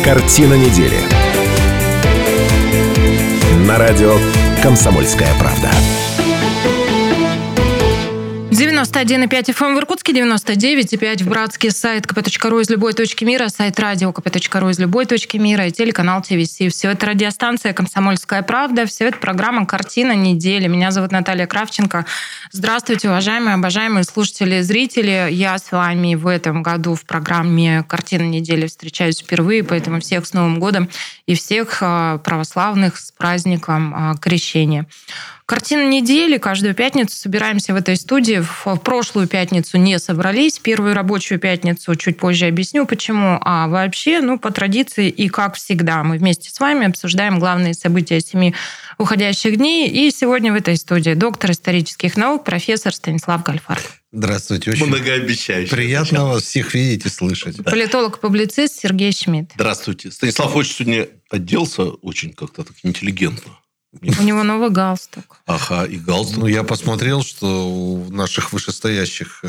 Картина недели. На радио «Комсомольская правда». 91,5 FM в Иркутске, 99,5 в Братске, сайт kp.ru из любой точки мира, сайт радио kp.ru из любой точки мира и телеканал ТВС. Все это радиостанция «Комсомольская правда», все это программа «Картина недели». Меня зовут Наталья Кравченко. Здравствуйте, уважаемые, обожаемые слушатели и зрители. Я с вами в этом году в программе «Картина недели» встречаюсь впервые, поэтому всех с Новым годом и всех православных с праздником Крещения. Картина недели. Каждую пятницу собираемся в этой студии. В прошлую пятницу не собрались. Первую рабочую пятницу чуть позже объясню, почему. А вообще, по традиции и как всегда, мы вместе с вами обсуждаем главные события 7 уходящих дней. И сегодня в этой студии доктор исторических наук, профессор Станислав Гальфарб. Здравствуйте. Очень многообещающе. Приятно вас всех видеть и слышать. Политолог-публицист Сергей Шмидт. Здравствуйте. Станислав очень сегодня оделся очень как-то так интеллигентно. У него новый галстук. Ага, и галстук. Я посмотрел, что у наших вышестоящих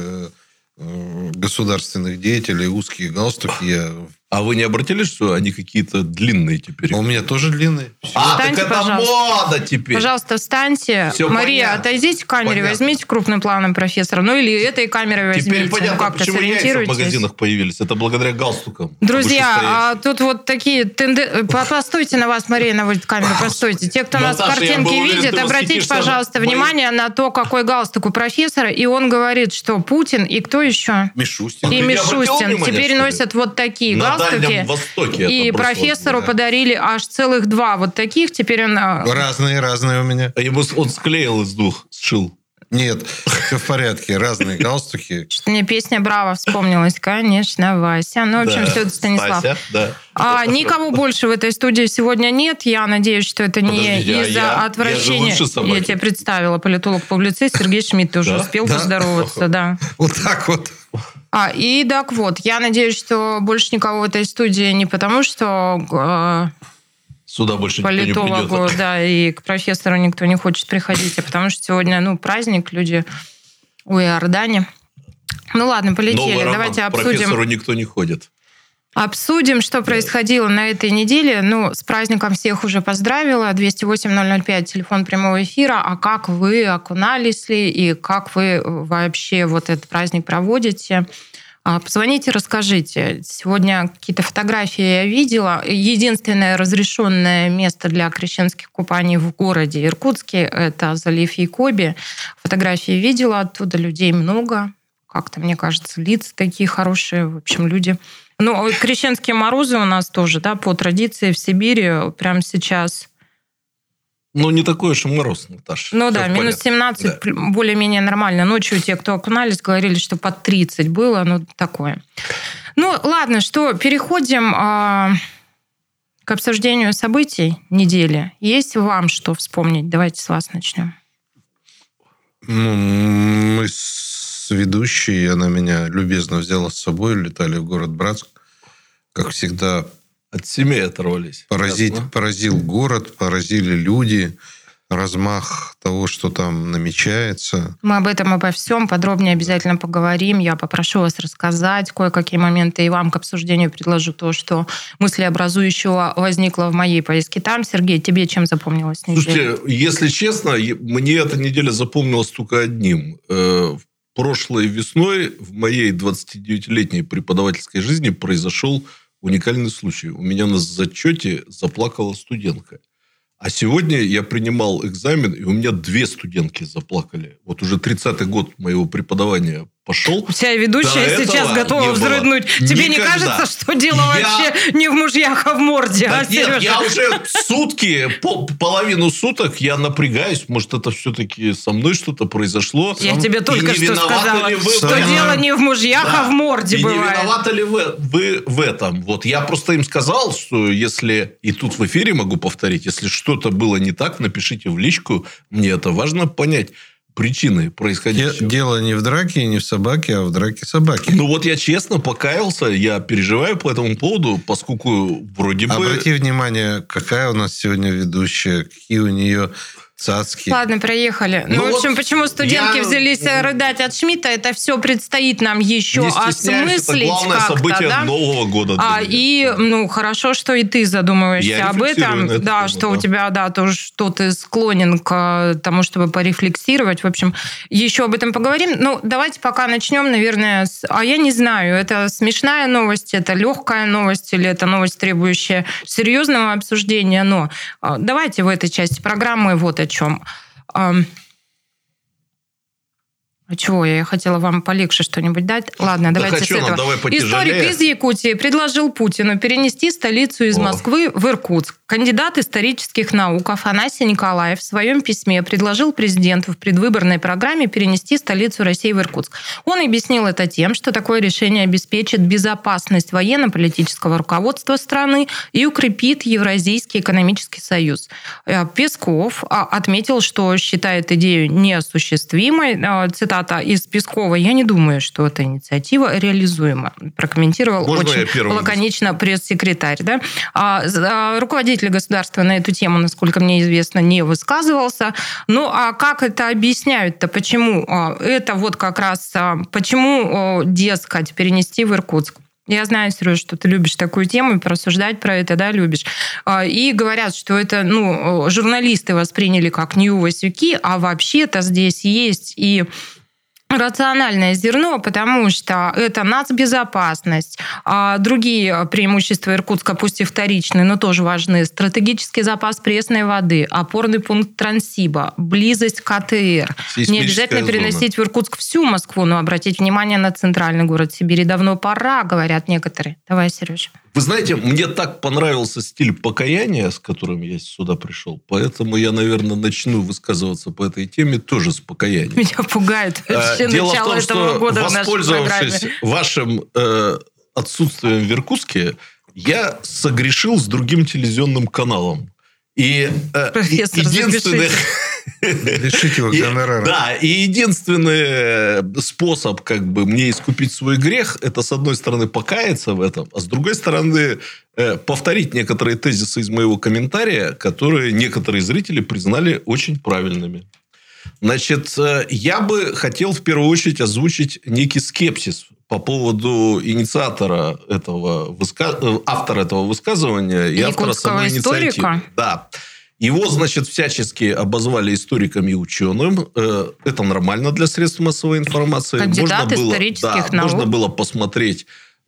государственных деятелей узкие галстуки. А вы не обратили, что они какие-то длинные теперь? А у меня тоже длинные. Встаньте, так это мода теперь. Пожалуйста, встаньте. Все Мария, понятно. отойдите к камере, возьмите крупным планом профессора. Или этой камерой возьмите. Теперь понятно, как-то почему яйца в сориентируйтесь. магазинах появились. Это благодаря галстукам. Друзья, тут вот такие тенденции. Постойте, на вас Мария наводит камеру, постойте. Те, кто нас Наташа, картинки видит, обратите, пожалуйста, внимание на то, какой галстук у профессора. И он говорит, что Путин и кто еще? Мишустин. И Ты не обратил Мишустин. внимания, Теперь что ли? носят вот такие На галстуки. Дальнем Востоке И это брусло, профессору да. подарили аж целых 2 вот таких. Теперь он... Разные у меня. Он склеил из двух, сшил. Нет, все в порядке. Разные галстуки. Что мне песня «Браво» вспомнилась. Конечно, Вася. В общем, все это Станислав. Стася, да. Никого больше в этой студии сегодня нет. Я надеюсь, что это не Подождите, из-за отвращения. Я же лучше собаки. Я тебе представила. Политолог-публицист Сергей Шмидт. Ты уже успел поздороваться, да. Вот так вот. И так вот, я надеюсь, что больше никого в этой студии не потому, что Сюда больше никто не политологу, придет. да, и к профессору никто не хочет приходить, а потому что сегодня, праздник, люди у Иордане. Ладно, полетели. Новый роман. Давайте К профессору обсудим. никто не ходит. Обсудим, что происходило на этой неделе. С праздником всех уже поздравила. 208-005, телефон прямого эфира. А как вы, окунались ли? И как вы вообще вот этот праздник проводите? Позвоните, расскажите. Сегодня какие-то фотографии я видела. Единственное разрешенное место для крещенских купаний в городе Иркутске – это залив Якоби. Фотографии видела оттуда, людей много. Как-то, мне кажется, лица такие хорошие. В общем, люди... крещенские морозы у нас тоже, да, по традиции в Сибири прямо сейчас. Не такой уж и мороз, Наташа. Да, минус 17, да. Более-менее нормально. Ночью те, кто окунались, говорили, что под 30 было, такое. Ладно, переходим к обсуждению событий недели. Есть вам что вспомнить? Давайте с вас начнем. Мы с ведущей, она меня любезно взяла с собой, летали в город Братск. Как всегда... От семей оторвались. Поразил город, поразили люди, размах того, что там намечается. Мы об этом, обо всем подробнее обязательно поговорим. Я попрошу вас рассказать кое-какие моменты и вам к обсуждению предложу то, что мыслеобразующего возникло в моей поездке там. Сергей, тебе чем запомнилась неделя? Слушайте, если честно, мне эта неделя запомнилась только одним. Прошлой весной в моей 29-летней преподавательской жизни произошел уникальный случай. У меня на зачете заплакала студентка. А сегодня я принимал экзамен, и у меня 2 студентки заплакали. Вот уже 30-й год моего преподавания пошел. У тебя ведущая сейчас готова взрыднуть. Тебе не кажется, что дело вообще не в мужьях, а в морде? Нет, я уже половину суток я напрягаюсь. Может, это все-таки со мной что-то произошло. Я тебе только что сказала, что дело не в мужьях, а в морде бывает. Не виноваты ли вы в этом? Вот я просто им сказал, что если... И тут в эфире могу повторить. Если что-то было не так, напишите в личку. Мне это важно понять. Причины происходящего. Дело не в драке, не в собаке, а в драке собаки. Я честно покаялся, я переживаю по этому поводу, поскольку вроде бы... Обрати внимание, какая у нас сегодня ведущая, какие у нее цацки. Ладно, проехали. Ну, в общем, почему студентки взялись рыдать от Шмидта, это все предстоит нам еще осмыслить это главное как-то, событие да? Нового года. И, хорошо, что и ты задумываешься об этом. Да, что у тебя, тоже, что ты склонен к тому, чтобы порефлексировать. В общем, еще об этом поговорим. Давайте пока начнем, наверное, я не знаю, это смешная новость, это легкая новость или это новость, требующая серьезного обсуждения, но давайте в этой части программы вот о чем. Чего? Я хотела вам полегче что-нибудь дать. Ладно, давайте с этого. Историк из Якутии предложил Путину перенести столицу из Москвы в Иркутск. Кандидат исторических наук Афанасий Николаев в своем письме предложил президенту в предвыборной программе перенести столицу России в Иркутск. Он объяснил это тем, что такое решение обеспечит безопасность военно-политического руководства страны и укрепит Евразийский экономический союз. Песков отметил, что считает идею неосуществимой. Цитата из Пескова: «Я не думаю, что эта инициатива реализуема», прокомментировал очень лаконично пресс-секретарь. Да? Руководитель государства на эту тему, насколько мне известно, не высказывался. А как это объясняют-то? Почему? Это вот как раз почему, дескать, перенести в Иркутск? Я знаю, Сереж, что ты любишь такую тему и порассуждать про это, да, любишь. И говорят, что это, журналисты восприняли как нью-васюки, а вообще-то здесь есть и рациональное зерно, потому что это нацбезопасность, другие преимущества Иркутска, пусть и вторичные, но тоже важны: стратегический запас пресной воды, опорный пункт Транссиба, близость к АТР. Не обязательно переносить в Иркутск всю Москву, но обратить внимание на центральный город Сибири давно пора, говорят некоторые. Давай, Сереж. Вы знаете, мне так понравился стиль покаяния, с которым я сюда пришел, поэтому я, наверное, начну высказываться по этой теме тоже с покаянием. Меня пугает вообще начало этого года в нашей программе. Воспользовавшись вашим отсутствием в Иркутске, я согрешил с другим телевизионным каналом. И единственный... Лишите его гонорара. Да, и единственный способ мне искупить свой грех, это, с одной стороны, покаяться в этом, а с другой стороны, повторить некоторые тезисы из моего комментария, которые некоторые зрители признали очень правильными. Значит, я бы хотел в первую очередь озвучить некий скепсис по поводу инициатора автора этого высказывания и автора самой инициативы. Да. Его, значит, всячески обозвали историком и ученым. Это нормально для средств массовой информации. Кандидат исторических наук. Можно было посмотреть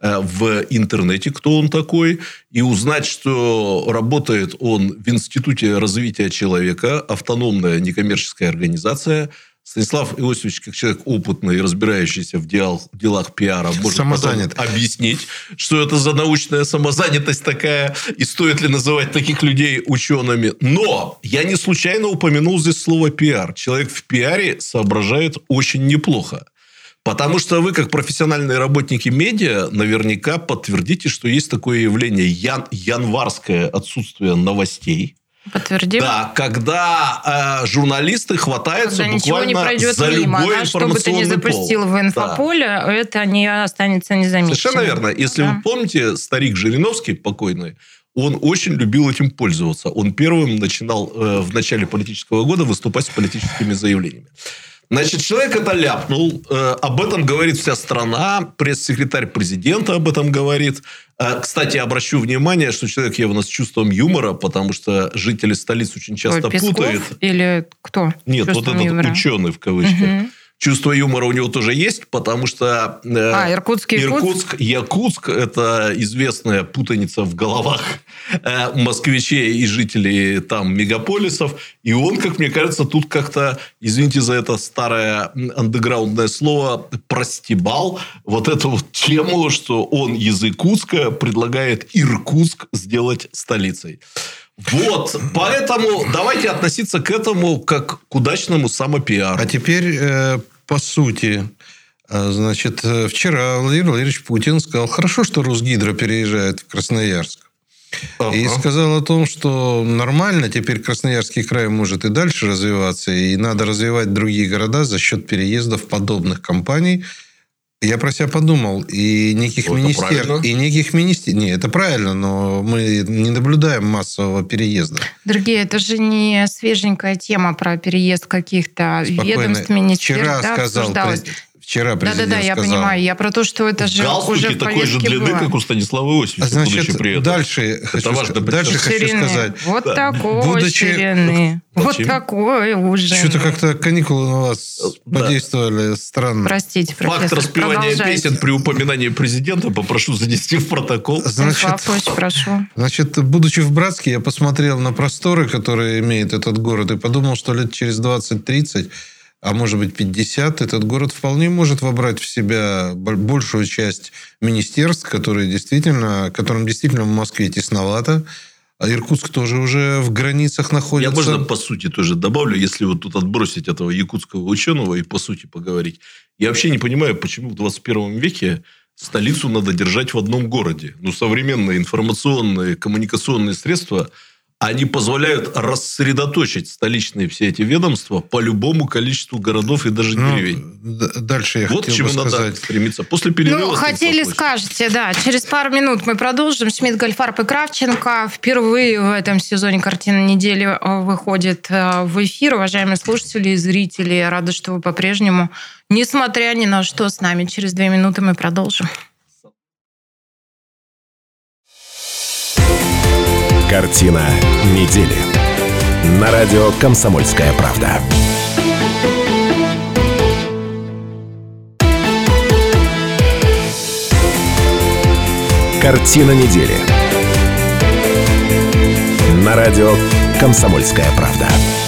в интернете, кто он такой, и узнать, что работает он в Институте развития человека, автономная некоммерческая организация. Станислав Иосифович, как человек опытный и разбирающийся в делах пиара, может объяснить, что это за научная самозанятость такая, и стоит ли называть таких людей учеными. Но я не случайно упомянул здесь слово «пиар». Человек в пиаре соображает очень неплохо. Потому что вы, как профессиональные работники медиа, наверняка подтвердите, что есть такое явление январское отсутствие новостей. Подтвердим. Да, когда журналисты хватаются буквально за любой информационный что бы ты ни запустил в инфополе, это не останется незамеченным. Совершенно верно. Если вы помните, старик Жириновский, покойный, он очень любил этим пользоваться. Он первым начинал в начале политического года выступать с политическими заявлениями. Значит, человек это ляпнул. Об этом говорит вся страна. Пресс-секретарь президента об этом говорит. Кстати, обращу внимание, что человек явно с чувством юмора, потому что жители столиц очень часто Песков путают. Или кто? Нет, вот этот юмора? Ученый в кавычках. Угу. Чувство юмора у него тоже есть, потому что Иркутск, Якутск – это известная путаница в головах москвичей и жителей там мегаполисов. И он, как мне кажется, тут как-то, извините за это старое андеграундное слово, простебал вот эту вот тему, что он из Якутска предлагает Иркутск сделать столицей. Вот, поэтому давайте относиться к этому как к удачному самопиару. А теперь, по сути, значит, вчера Владимир Владимирович Путин сказал: хорошо, что Русгидро переезжает в Красноярск. Ага. И сказал о том, что нормально, теперь Красноярский край может и дальше развиваться, и надо развивать другие города за счет переездов подобных компаний. Я про себя подумал. И неких министерств... Не, это правильно, но мы не наблюдаем массового переезда. Дорогие, это же не свеженькая тема про переезд каких-то ведомств, министерств. Вчера президент Да, я понимаю. Я про то, что это же уже в такой же длины, было. как у Станислава Иосифовича. Значит, дальше хочу сказать. Вот такой ширины. Вот такой уже. Что-то как-то каникулы на вас подействовали странно. Простите, профессор. Факт распевания песен при упоминании президента попрошу занести в протокол. Значит, будучи в Братске, я посмотрел на просторы, которые имеет этот город, и подумал, что лет через 20-30, а может быть 50, этот город вполне может вобрать в себя большую часть министерств, которым действительно в Москве тесновато. А Иркутск тоже уже в границах находится. Я, можно, по сути тоже добавлю, если вот тут отбросить этого якутского ученого и по сути поговорить. Я вообще не понимаю, почему в 21 веке столицу надо держать в одном городе. Современные информационные, коммуникационные средства... Они позволяют рассредоточить столичные все эти ведомства по любому количеству городов и даже деревень. Дальше я вот хотел бы сказать. надо стремиться. После перерыва... хотели, скажете, да. Через пару минут мы продолжим. Шмидт, Гольфарб и Кравченко. Впервые в этом сезоне «Картина недели» выходит в эфир. Уважаемые слушатели и зрители, я рада, что вы по-прежнему, несмотря ни на что, с нами. Через 2 минуты мы продолжим. Картина недели. На радио «Комсомольская правда». Картина недели. На радио «Комсомольская правда».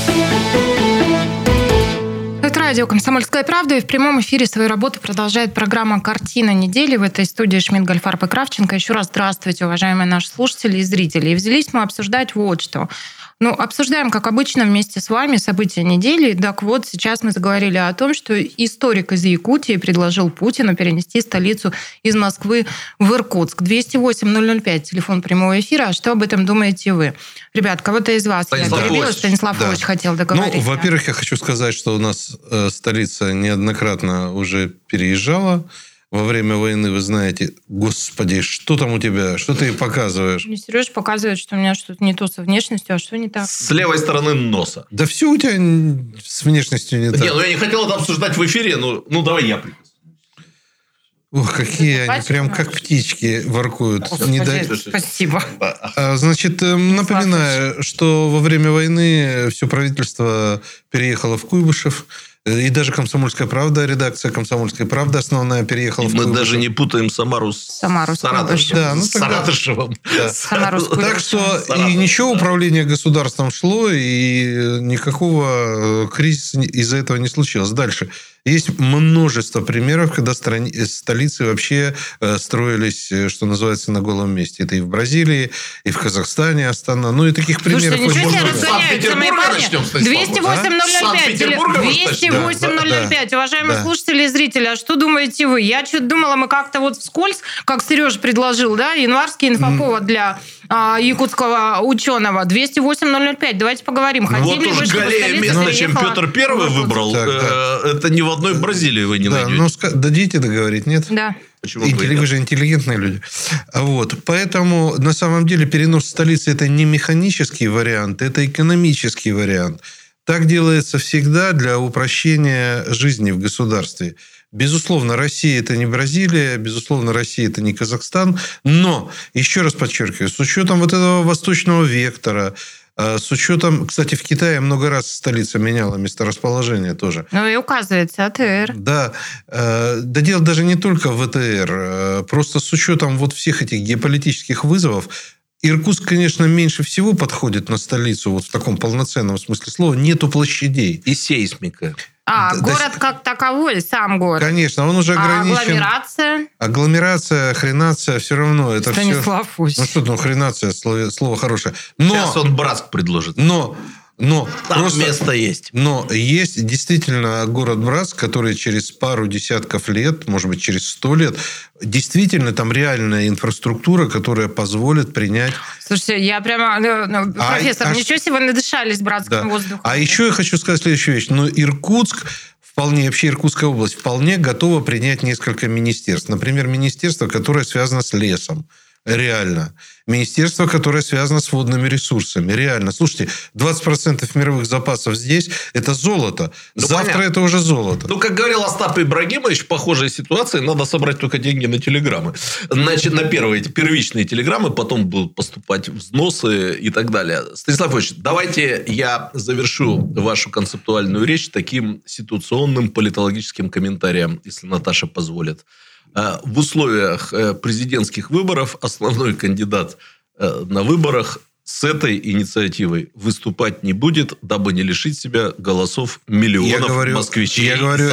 Это радио «Комсомольская правда», и в прямом эфире свою работу продолжает программа «Картина недели». В этой студии Шмидт, Гольфарб и Кравченко. Еще раз здравствуйте, уважаемые наши слушатели и зрители. И взялись мы обсуждать вот что. Обсуждаем, как обычно, вместе с вами события недели. Так вот, сейчас мы заговорили о том, что историк из Якутии предложил Путину перенести столицу из Москвы в Иркутск. 208-005, телефон прямого эфира. А что об этом думаете вы? Ребят, кого-то из вас я перебила. Станислав Ильич хотел договориться. Во-первых, я хочу сказать, что у нас столица неоднократно уже переезжала. Во время войны, вы знаете, господи, что там у тебя? Что ты показываешь? Мне Сережа показывает, что у меня что-то не то со внешностью, а что не так? С левой стороны носа. Да все у тебя с внешностью не так. Я не хотел это обсуждать в эфире, давай я прикасаюсь. Ох, какие они, прям как птички воркуют. Спасибо. Значит, напоминаю, что во время войны все правительство переехало в Куйбышев. И даже «Комсомольская правда», редакция «Комсомольской правды» основная переехала в Куйбышев. Мы даже не путаем Самару с Саратовым. С Саратовым. Так что и ничего, управление государством шло, и никакого кризиса из-за этого не случилось. Дальше. Есть множество примеров, когда столицы вообще строились, что называется, на голом месте. Это и в Бразилии, и в Казахстане, Астана. И таких примеров очень много. Санкт-Петербурга 208-005. Уважаемые слушатели и зрители, а что думаете вы? Я что-то думала, мы как-то вот вскользь, как Сережа предложил, да, январский инфоповод для якутского ученого. 208-005. Давайте поговорим. Вот уж галея место, чем Петр Первый выбрал. Это не в одной Бразилии вы не найдете. Дадите договорить, нет? Да. Вы же интеллигентные люди. Поэтому, на самом деле, перенос столицы – это не механический вариант, это экономический вариант. Так делается всегда для упрощения жизни в государстве. Безусловно, Россия – это не Бразилия, безусловно, Россия – это не Казахстан. Но, еще раз подчеркиваю, с учетом вот этого восточного вектора, с учетом, кстати, в Китае много раз столица меняла месторасположение тоже. И указывается АТР. Да. Да дело даже не только в АТР. Просто с учетом вот всех этих геополитических вызовов, Иркутск, конечно, меньше всего подходит на столицу вот в таком полноценном смысле слова. Нету площадей. И сейсмика. Город как таковой, сам город. Конечно, он уже ограничен. Агломерация? Агломерация, хренация, все равно. Это Станислав все... хренация, слово хорошее. Сейчас он Братск предложит. Но там просто место есть. Но есть действительно город Братск, который через пару десятков лет, может быть, через 100 лет, действительно там реальная инфраструктура, которая позволит принять... Слушайте, я прямо... профессор, ничего себе, вы надышались братским воздухом. А еще я хочу сказать следующую вещь. Иркутск вообще Иркутская область вполне готова принять несколько министерств. Например, министерство, которое связано с лесом. Реально. Министерство, которое связано с водными ресурсами. Реально. Слушайте, 20% мировых запасов здесь – это золото. Ну, завтра понятно. это уже золото. Ну, как говорил Остап Ибрагимович, в похожей ситуации надо собрать только деньги на телеграммы. Значит, на первичные телеграммы, потом будут поступать взносы и так далее. Станислав Ильич, давайте я завершу вашу концептуальную речь таким ситуационным политологическим комментарием, если Наташа позволит. В условиях президентских выборов основной кандидат на выборах с этой инициативой выступать не будет, дабы не лишить себя голосов миллионов москвичей. Я говорю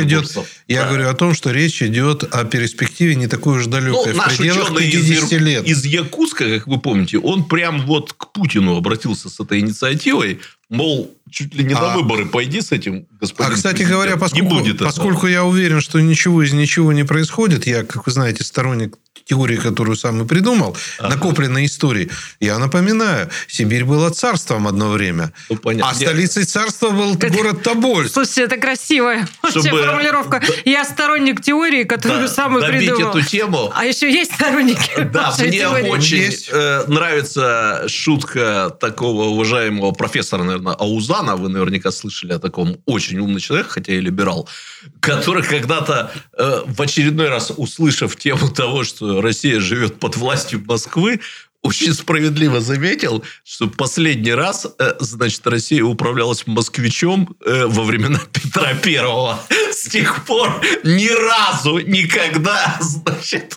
о том, что речь идет о перспективе не такой уж далекой. В пределах 50 лет. Из Якутска, как вы помните, он прям вот к Путину обратился с этой инициативой. Мол, чуть ли не на выборы пойди с этим, господин кстати говоря, поскольку я уверен, что ничего из ничего не происходит, я, как вы знаете, сторонник теории, которую сам и придумал, накопленной истории, я напоминаю, Сибирь была царством одно время, а столицей царства был город Тобольск. Слушайте, это красивая формулировка. Я сторонник теории, которую сам и придумал. Добить эту тему. А еще есть сторонники. Да, мне очень нравится шутка такого уважаемого профессора, наверное, Аузана, вы наверняка слышали о таком, очень умный человек, хотя и либерал, который когда-то в очередной раз, услышав тему того, что Россия живет под властью Москвы, очень справедливо заметил, что последний раз, значит, Россия управлялась москвичом во времена Петра Первого. С тех пор ни разу, никогда, значит,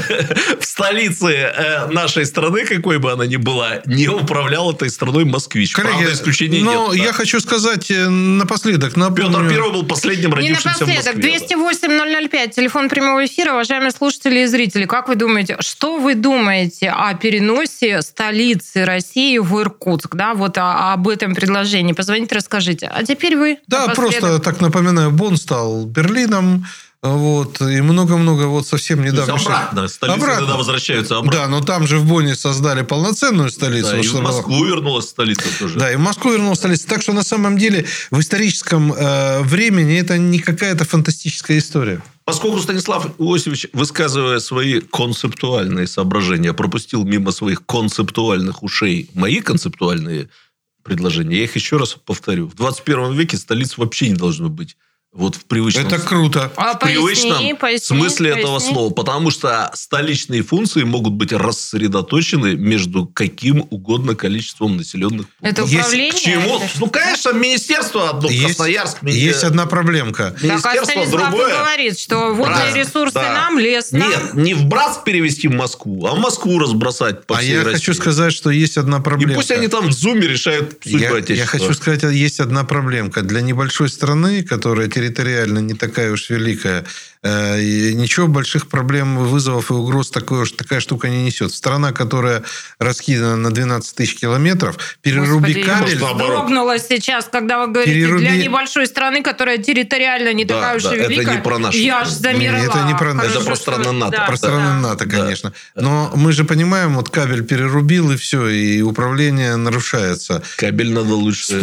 в столице нашей страны, какой бы она ни была, не управлял этой страной москвич. Коллеги, правда, исключений нет. Но я хочу сказать напоследок. Петр Первый был последним родившимся в Москве. 208-005, телефон прямого эфира. Уважаемые слушатели и зрители, как вы думаете, что вы думаете о переносе столицы России в Иркутск? Да, вот об этом предложении. Позвоните, расскажите. А теперь вы. Да, просто так напоминаю, Бонн стал Берлином. Вот, и много-много вот совсем недавно... Обратно. Столицы тогда возвращаются обратно. Да, но там же в Бонне создали полноценную столицу. Да, и в Москву вернулась столица тоже. Да, и в Москву вернулась столица. Так что, на самом деле, в историческом времени это не какая-то фантастическая история. Поскольку Станислав Иосифович, высказывая свои концептуальные соображения, пропустил мимо своих концептуальных ушей мои концептуальные предложения, я их еще раз повторю. В 21 веке столиц вообще не должно быть. Вот в привычном, это круто. В привычном смысле этого слова. Потому что столичные функции могут быть рассредоточены между каким угодно количеством населенных пунктов. Это управление? К чему? Ну, конечно, министерство одно, Красноярск. Есть одна проблемка. Министерство другое. Говорит, что водные ресурсы нам, лес нам. Нет, не в Братск перевести в Москву, а в Москву разбросать по всей России. Хочу сказать, что есть одна проблемка. И пусть они там в Зуме решают судьбу Отечества. Я хочу сказать, есть одна проблемка. Для небольшой страны, которая территориально не такая уж великая, ничего больших проблем, вызовов и угроз такая штука не несет. Страна, которая раскидана на 12 тысяч километров, переруби кабель... Я дрогнула сейчас, когда вы говорите, для небольшой страны, которая территориально не такая уж и великая. Это не про нашу. Я аж замерла. Это не про нашу. Это про страны НАТО. Про страны НАТО, конечно. Но мы же понимаем, вот кабель перерубил, и все, и управление нарушается. Кабель надо лучше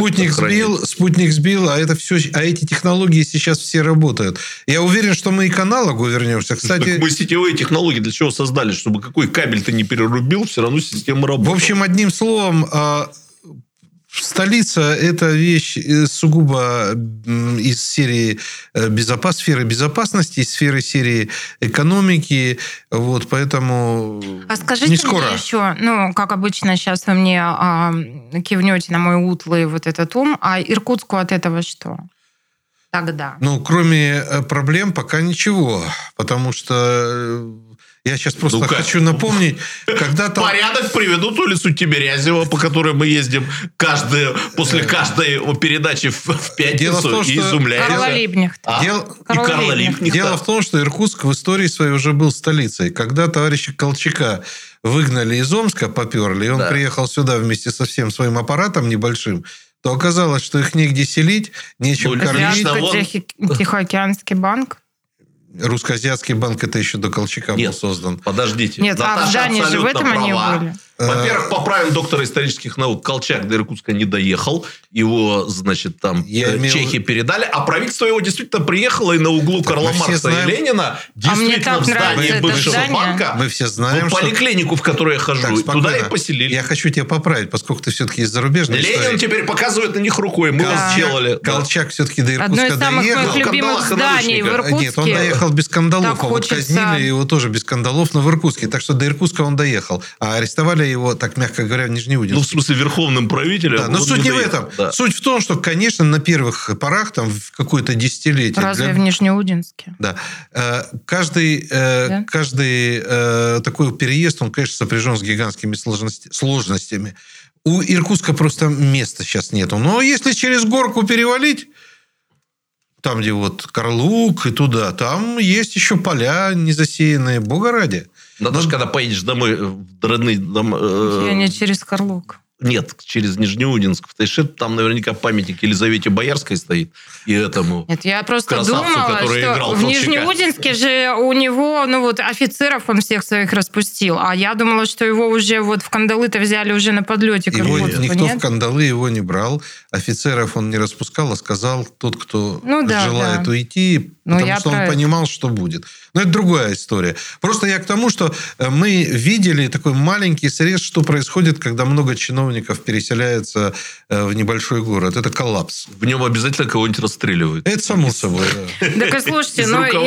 Спутник сбил, а эти технологии сейчас все работают. Я уверен, что мы и к аналогу вернемся. Кстати, мы сетевые технологии для чего создали? Чтобы какой кабель ты не перерубил, все равно система работала. В общем, одним словом, столица – это вещь сугубо из серии сферы безопасности, из сферы серии экономики. Вот, поэтому А скажите не скоро. мне еще, как обычно сейчас вы мне кивнете на мой утлый вот этот ум, а Иркутску от этого что? Тогда. Кроме проблем пока ничего. Потому что я сейчас просто хочу напомнить, когда-то... Порядок приведут улицу Тимирязева, по которой мы ездим после каждой передачи в пятницу и изумляемся. Карла Либкнехта. Карла Либкнехта. Дело в том, что Иркутск в истории своей уже был столицей. Когда товарища Колчака выгнали из Омска, поперли, и он приехал сюда вместе со всем своим аппаратом небольшим, то оказалось, что их негде селить, нечем кормить. Тихоокеанский банк? Русско-азиатский банк это еще до Колчака был создан. Подождите. Нет, Наташа в Дании же в этом они были. Во-первых, по правилам доктора исторических наук, Колчак до Иркутска не доехал. Его, значит, там чехи передали. А правительство его действительно приехало и на углу Карла Маркса и Ленина, действительно в здании бывшего банка, мы все знаем, в поликлинику, в которую я хожу, туда и поселили. Я хочу тебя поправить, поскольку ты все-таки из зарубежной истории. Ленин теперь показывает на них рукой. Мы вас сделали. Колчак все-таки до Иркутска доехал. Одно из самых моих любимых зданий в Иркутске. Нет, он доехал без кандалов. А вот казнили его тоже без кандалов, но в Иркутске. Так что до Иркутска он доехал. А арестовали его, так мягко говоря, в Нижнеудинске. Ну, в смысле, верховным правителем. Да, но суть не в этом. Да. Суть в том, что, конечно, на первых порах, там, в какое-то десятилетие... Разве в Нижнеудинске? Да. Каждый такой переезд, он, конечно, сопряжен с гигантскими сложностями. У Иркутска просто места сейчас нету. Но если через горку перевалить, там, где вот Карлук и туда, там есть еще поля незасеянные, бога ради. Наташа, когда поедешь домой в родные дома... Я не через Карлук. Нет, через Нижнеудинск в Тайшет, там наверняка памятник Елизавете Боярской стоит. И этому Нет, я просто думала, что в Нижнеудинске же у него, офицеров он всех своих распустил. А я думала, что его уже вот в кандалы-то взяли уже на подлете к Иркутску. Никто в кандалы его не брал. Офицеров он не распускал, а сказал тот, кто желает уйти, потому что он понимал, что будет. Но это другая история. Просто я к тому, что мы видели такой маленький срез, что происходит, когда много чиновников переселяется в небольшой город. Это коллапс. В нем обязательно кого-нибудь расстреливают. Это само собой. Так и слушайте,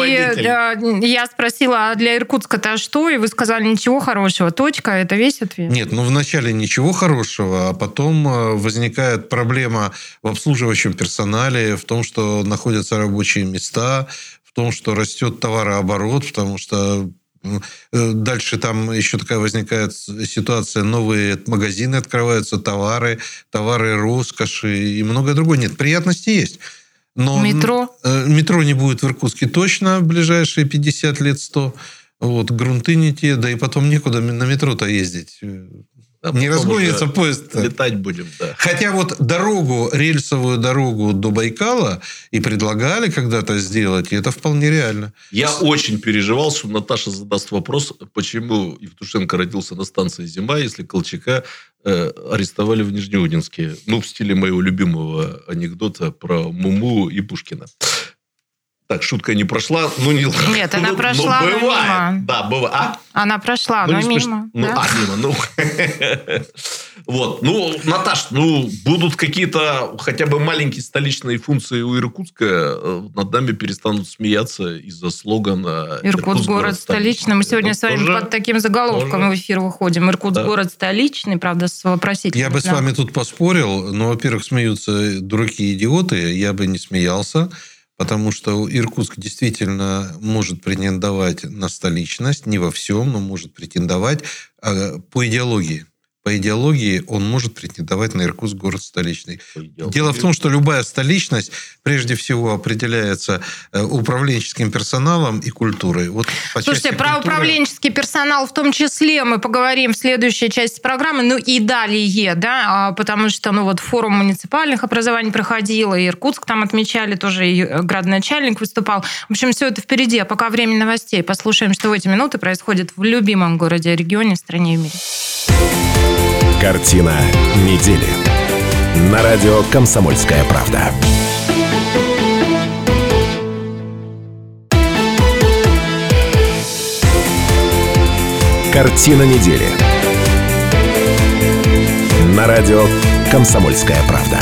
я спросила, а для Иркутска-то что? И вы сказали, ничего хорошего. Точка, это весь ответ? Нет, вначале ничего хорошего, а потом возникает проблема в обслуживающем персонале, в том, что находятся рабочие места, в том, что растет товарооборот, потому что дальше там еще такая возникает ситуация, новые магазины открываются, товары роскоши и многое другое. Нет, приятности есть. Но метро не будет в Иркутске точно в ближайшие 50 лет, 100. Вот, грунты не те, да и потом некуда на метро-то ездить. Не разгонится поезд. Летать будем, да. Хотя вот рельсовую дорогу до Байкала и предлагали когда-то сделать, и это вполне реально. Я очень переживал, что Наташа задаст вопрос, почему Евтушенко родился на станции «Зима», если Колчака арестовали в Нижнеудинске. В стиле моего любимого анекдота про Муму и Пушкина. Так, шутка не прошла. Нет, она прошла, но мимо. Да, бывает. Она прошла, но мимо. Мимо. Вот. Наташ, будут какие-то хотя бы маленькие столичные функции у Иркутска, над нами перестанут смеяться из-за слогана «Иркутск – город столичный». Мы сегодня с вами под таким заголовком в эфир выходим. «Иркутск – город столичный», правда, с вопросительным. Я бы с вами тут поспорил, но, во-первых, смеются дураки и идиоты, я бы не смеялся. Потому что Иркутск действительно может претендовать на столичность, не во всем, но может претендовать по идеологии. По идеологии он может претендовать на Иркутск город столичный. Дело в том, что любая столичность прежде всего определяется управленческим персоналом и культурой. Вот слушайте, про управленческий персонал в том числе мы поговорим в следующей части программы, и далее, да, потому что форум муниципальных образований проходил, и Иркутск там отмечали, тоже и градоначальник выступал. В общем, все это впереди, а пока время новостей. Послушаем, что в эти минуты происходит в любимом городе, регионе, стране и мире. Картина недели. На радио «Комсомольская правда». Картина недели. На радио «Комсомольская правда».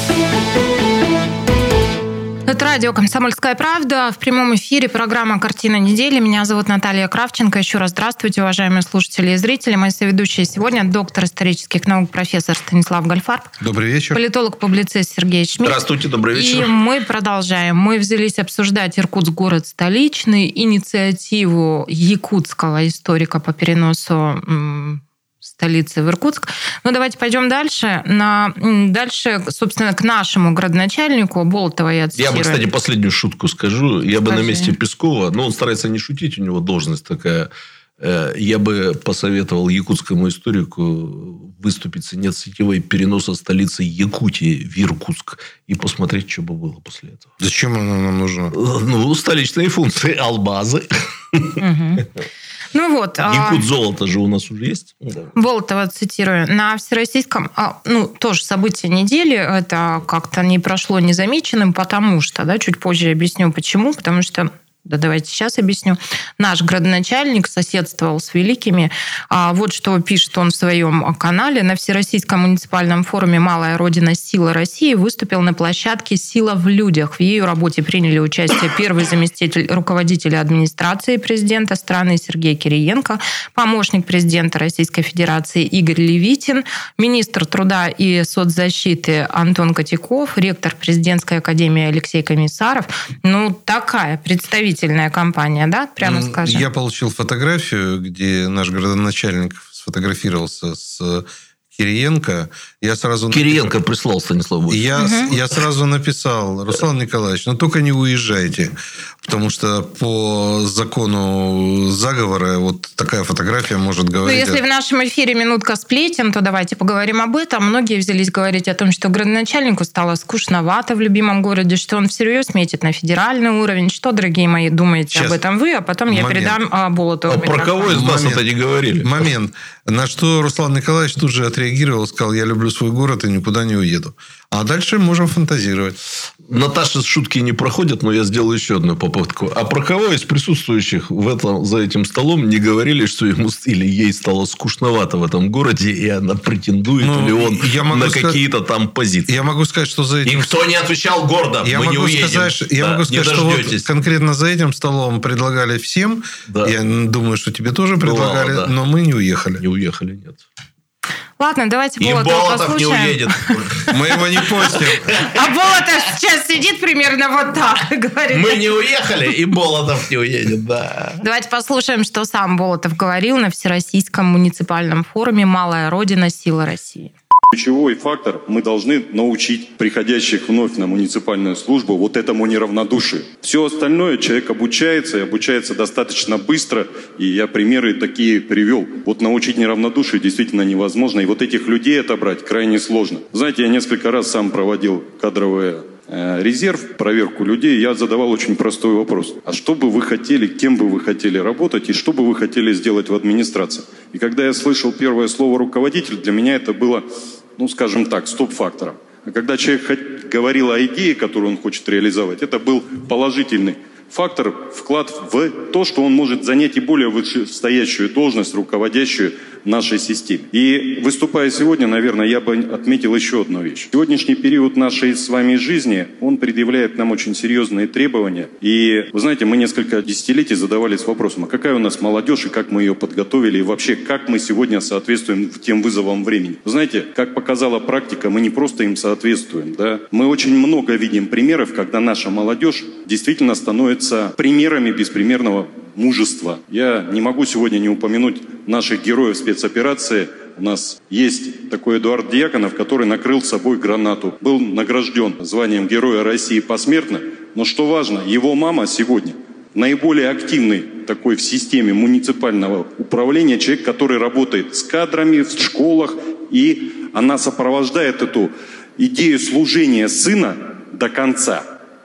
Это радио «Комсомольская правда». В прямом эфире программа «Картина недели». Меня зовут Наталья Кравченко. Еще раз здравствуйте, уважаемые слушатели и зрители. Мои соведущие сегодня доктор исторических наук, профессор Станислав Гольфарб. Добрый вечер. Политолог-публицист Сергей Шмидт. Здравствуйте, добрый вечер. И мы продолжаем. Мы взялись обсуждать Иркутск, город столичный, инициативу якутского историка по переносу столицы в Иркутск. Давайте пойдем дальше. Дальше, собственно, к нашему градоначальнику Болотова я цитирую. Я бы, кстати, последнюю шутку скажу. Я бы на месте Пескова, он старается не шутить, у него должность такая. Я бы посоветовал якутскому историку выступить с инициативой переноса столицы Якутии в Иркутск и посмотреть, что бы было после этого. Зачем она нам нужна? Столичные функции, албазы. Якут золото же у нас уже есть. Болотова, цитирую, на всероссийском, тоже событие недели, это как-то не прошло незамеченным, потому что, чуть позже объясню, почему, потому что давайте сейчас объясню. Наш градоначальник соседствовал с великими. Вот что пишет он в своем канале. На Всероссийском муниципальном форуме «Малая Родина. Сила России» выступил на площадке «Сила в людях». В ее работе приняли участие первый заместитель руководителя администрации президента страны Сергей Кириенко, помощник президента Российской Федерации Игорь Левитин, министр труда и соцзащиты Антон Котяков, ректор президентской академии Алексей Комиссаров. Такая представительная компания, да, прямо скажем? Я получил фотографию, где наш градоначальник сфотографировался с Кириенко. Кириенко прислал Станислав Войцех. Я сразу написал: Руслан Николаевич, только не уезжайте, потому что по закону заговора вот такая фотография может говорить... Если в нашем эфире минутка сплетен, то давайте поговорим об этом. Многие взялись говорить о том, что градоначальнику стало скучновато в любимом городе, что он всерьез метит на федеральный уровень. Что, дорогие мои, думаете об этом вы? А потом я передам Болотову. Про кого из нас это не говорили? Момент. На что Руслан Николаевич тут же отреагировал, сказал: я люблю свой город и никуда не уеду. А дальше можем фантазировать. Наташа шутки не проходят, но я сделаю еще одну попытку. А про кого из присутствующих за этим столом не говорили, что ему или ей стало скучновато в этом городе, и она претендует, или он на какие-то там позиции? Я могу сказать, что за этим... Никто не отвечал гордо, мы не уедем. Я могу сказать, что вот конкретно за этим столом предлагали всем. Да. Я думаю, что тебе тоже предлагали, бывало, да. Но мы не уехали. Не уехали, нет. Ладно, давайте Болотова послушаем. Не уедет. Мы его не постим. А Болотов сейчас сидит примерно вот так и говорит. Мы не уехали, и Болотов не уедет, да. Давайте послушаем, что сам Болотов говорил на Всероссийском муниципальном форуме «Малая Родина. Сила России». Ключевой фактор – мы должны научить приходящих вновь на муниципальную службу вот этому неравнодушию. Все остальное человек обучается, и обучается достаточно быстро, и я примеры такие привел. Вот научить неравнодушию действительно невозможно, и вот этих людей отобрать крайне сложно. Знаете, я несколько раз сам проводил кадровый резерв, проверку людей, я задавал очень простой вопрос. А что бы вы хотели, кем бы вы хотели работать, и что бы вы хотели сделать в администрации? И когда я слышал первое слово «руководитель», для меня это было, скажем так, стоп-фактором. А когда человек говорил о идее, которую он хочет реализовать, это был положительный фактор, вклад в то, что он может занять и более вышестоящую должность, руководящую нашей системе. И выступая сегодня, наверное, я бы отметил еще одну вещь. Сегодняшний период нашей с вами жизни, он предъявляет нам очень серьезные требования. И, вы знаете, мы несколько десятилетий задавались вопросом, а какая у нас молодежь и как мы ее подготовили, и вообще, как мы сегодня соответствуем тем вызовам времени. Вы знаете, как показала практика, мы не просто им соответствуем, да? Мы очень много видим примеров, когда наша молодежь действительно становится примерами беспримерного мужества. Я не могу сегодня не упомянуть наших героев спецоперации. У нас есть такой Эдуард Дьяконов, который накрыл собой гранату. Был награжден званием Героя России посмертно. Но что важно, его мама сегодня наиболее активный такой в системе муниципального управления человек, который работает с кадрами в школах. И она сопровождает эту идею служения сына до конца.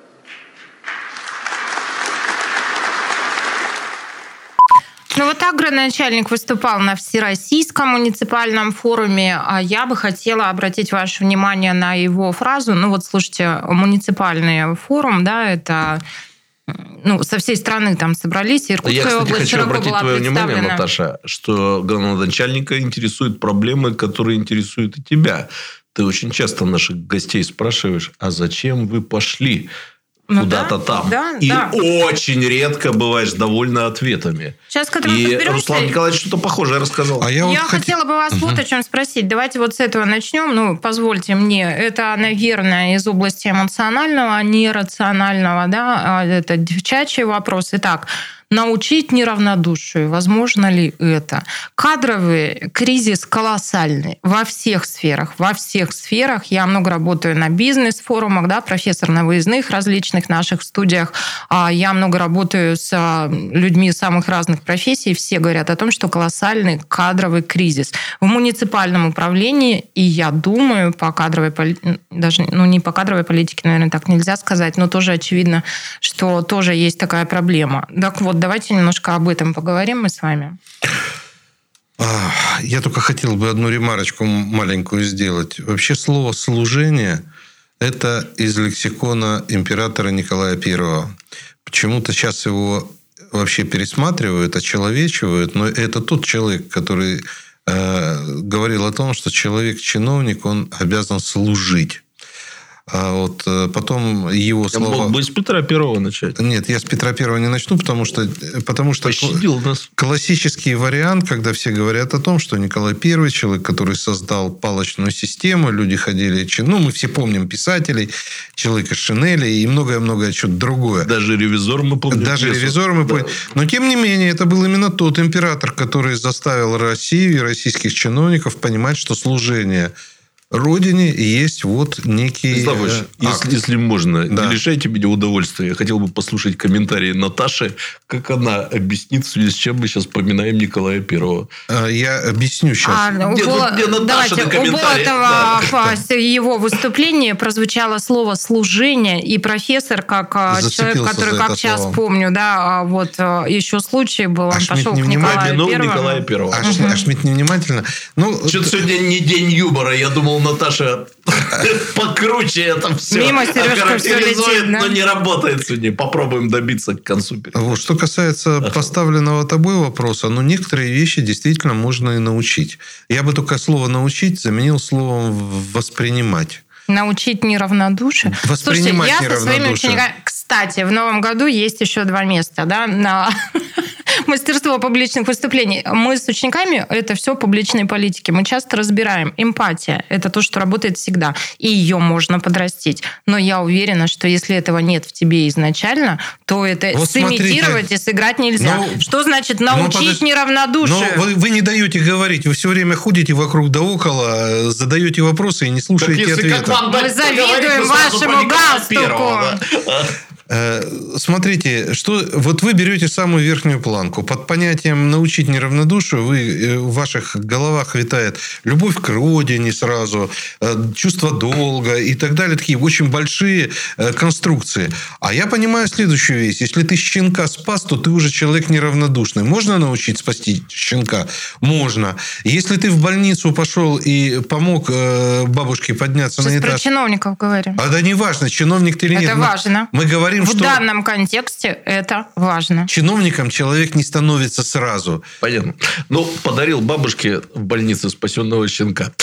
Вот так градоначальник выступал на Всероссийском муниципальном форуме. А я бы хотела обратить ваше внимание на его фразу. Слушайте, муниципальный форум, да, это... со всей страны там собрались, и Иркутская область широко была представлена. Я, кстати, хочу обратить твое внимание, Наташа, что градоначальника интересуют проблемы, которые интересуют и тебя. Ты очень часто наших гостей спрашиваешь, а зачем вы пошли куда-то там? И очень редко бываешь довольна ответами. Сейчас к этому разберемся. Руслан Николаевич что-то похожее рассказал. Я хотела бы вас вот о чем спросить. Давайте вот с этого начнем. Позвольте мне. Это, наверное, из области эмоционального, а не рационального. Да? Это девчачий вопрос. Итак, научить неравнодушию. Возможно ли это? Кадровый кризис колоссальный во всех сферах. Во всех сферах. Я много работаю на бизнес-форумах, да, профессор на выездных различных наших студиях. Я много работаю с людьми самых разных профессий. Все говорят о том, что колоссальный кадровый кризис. В муниципальном управлении, и я думаю, по кадровой даже не по кадровой политике, наверное, так нельзя сказать, но тоже очевидно, что тоже есть такая проблема. Так вот, давайте немножко об этом поговорим мы с вами. Я только хотел бы одну ремарочку маленькую сделать. Вообще слово «служение» – это из лексикона императора Николая I. Почему-то сейчас его вообще пересматривают, очеловечивают, но это тот человек, который говорил о том, что человек-чиновник, он обязан служить. А вот потом его слова... Мог бы с Петра Первого начать. Нет, я с Петра Первого не начну, потому что пощадил нас. Классический вариант, когда все говорят о том, что Николай I человек, который создал палочную систему, люди ходили... мы все помним писателей, человека Шинели и многое-многое что-то другое. Даже «Ревизор» мы помним. Помним. Но, тем не менее, это был именно тот император, который заставил Россию и российских чиновников понимать, что служение Родине есть вот некий акт. Если можно, не лишайте меня удовольствия. Я хотел бы послушать комментарии Наташи, как она объяснит, в связи с чем мы сейчас вспоминаем Николая Первого. Я объясню сейчас. Давайте, у Болотова в его выступлении прозвучало слово «служение», и профессор, как человек, который, как сейчас помню, еще случай был, он пошел к Николаю Первому. Ашмит невнимательно. Что-то сегодня не день юмора, я думал, Наташа покруче это все. Мимо Сережка все летит, но не работает сегодня. Попробуем добиться к концу. Что касается поставленного тобой вопроса, некоторые вещи действительно можно и научить. Я бы только слово «научить» заменил словом «воспринимать». Научить неравнодушие. Воспринимать неравнодушие. Со своими учениками... Кстати, в Новом году есть еще 2 места, на мастерство публичных выступлений. Мы с учениками это все публичные политики. Мы часто разбираем. Эмпатия – это то, что работает всегда. И ее можно подрастить. Но я уверена, что если этого нет в тебе изначально, то это сымитировать и сыграть нельзя. Что значит научить неравнодушие? Вы не даете говорить. Вы все время ходите вокруг да около, задаете вопросы и не слушаете ответов. Мы завидуем вашему галстуку. Смотрите, вот вы берете самую верхнюю планку. Под понятием «научить неравнодушию» в ваших головах витает любовь к родине сразу, чувство долга и так далее. Такие очень большие конструкции. А я понимаю следующую вещь. Если ты щенка спас, то ты уже человек неравнодушный. Можно научить спасти щенка? Можно. Если ты в больницу пошел и помог бабушке подняться на этаж... Про чиновников говорим. Да не важно, чиновник ты или нет. Это важно. Мы говорим, в данном контексте это важно. Чиновником человек не становится сразу. Понятно. Подарил бабушке в больнице спасенного щенка.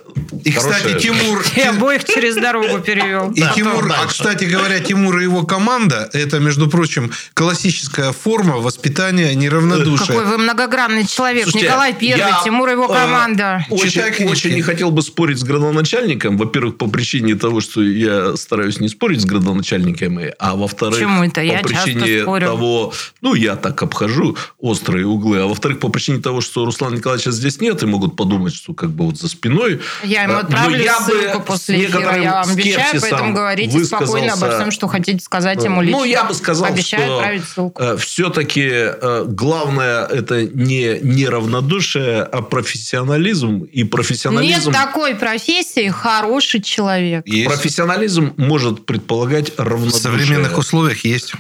И, кстати, Тимур... И обоих через дорогу перевел. И Тимур, кстати говоря, Тимур и его команда, это, между прочим, классическая форма воспитания неравнодушия. Какой вы многогранный человек. Слушайте, Николай I, Тимур и его команда. Очень не хотел бы спорить с градоначальником. Во-первых, по причине того, что я стараюсь не спорить с градоначальниками, а во-вторых, по причине того... я так обхожу острые углы. А во-вторых, по причине того, что Руслана Николаевича здесь нет, и могут подумать, что за спиной. Я ему отправлю ссылку после эфира. Я вам обещаю, поэтому говорите спокойно обо всем, что хотите сказать ему лично. Я бы сказал, обещаю что отправить ссылку. Все-таки главное это не неравнодушие, а профессионализм. И профессионализм... Нет такой профессии хороший человек. Профессионализм может предполагать равнодушие. В современных условиях есть.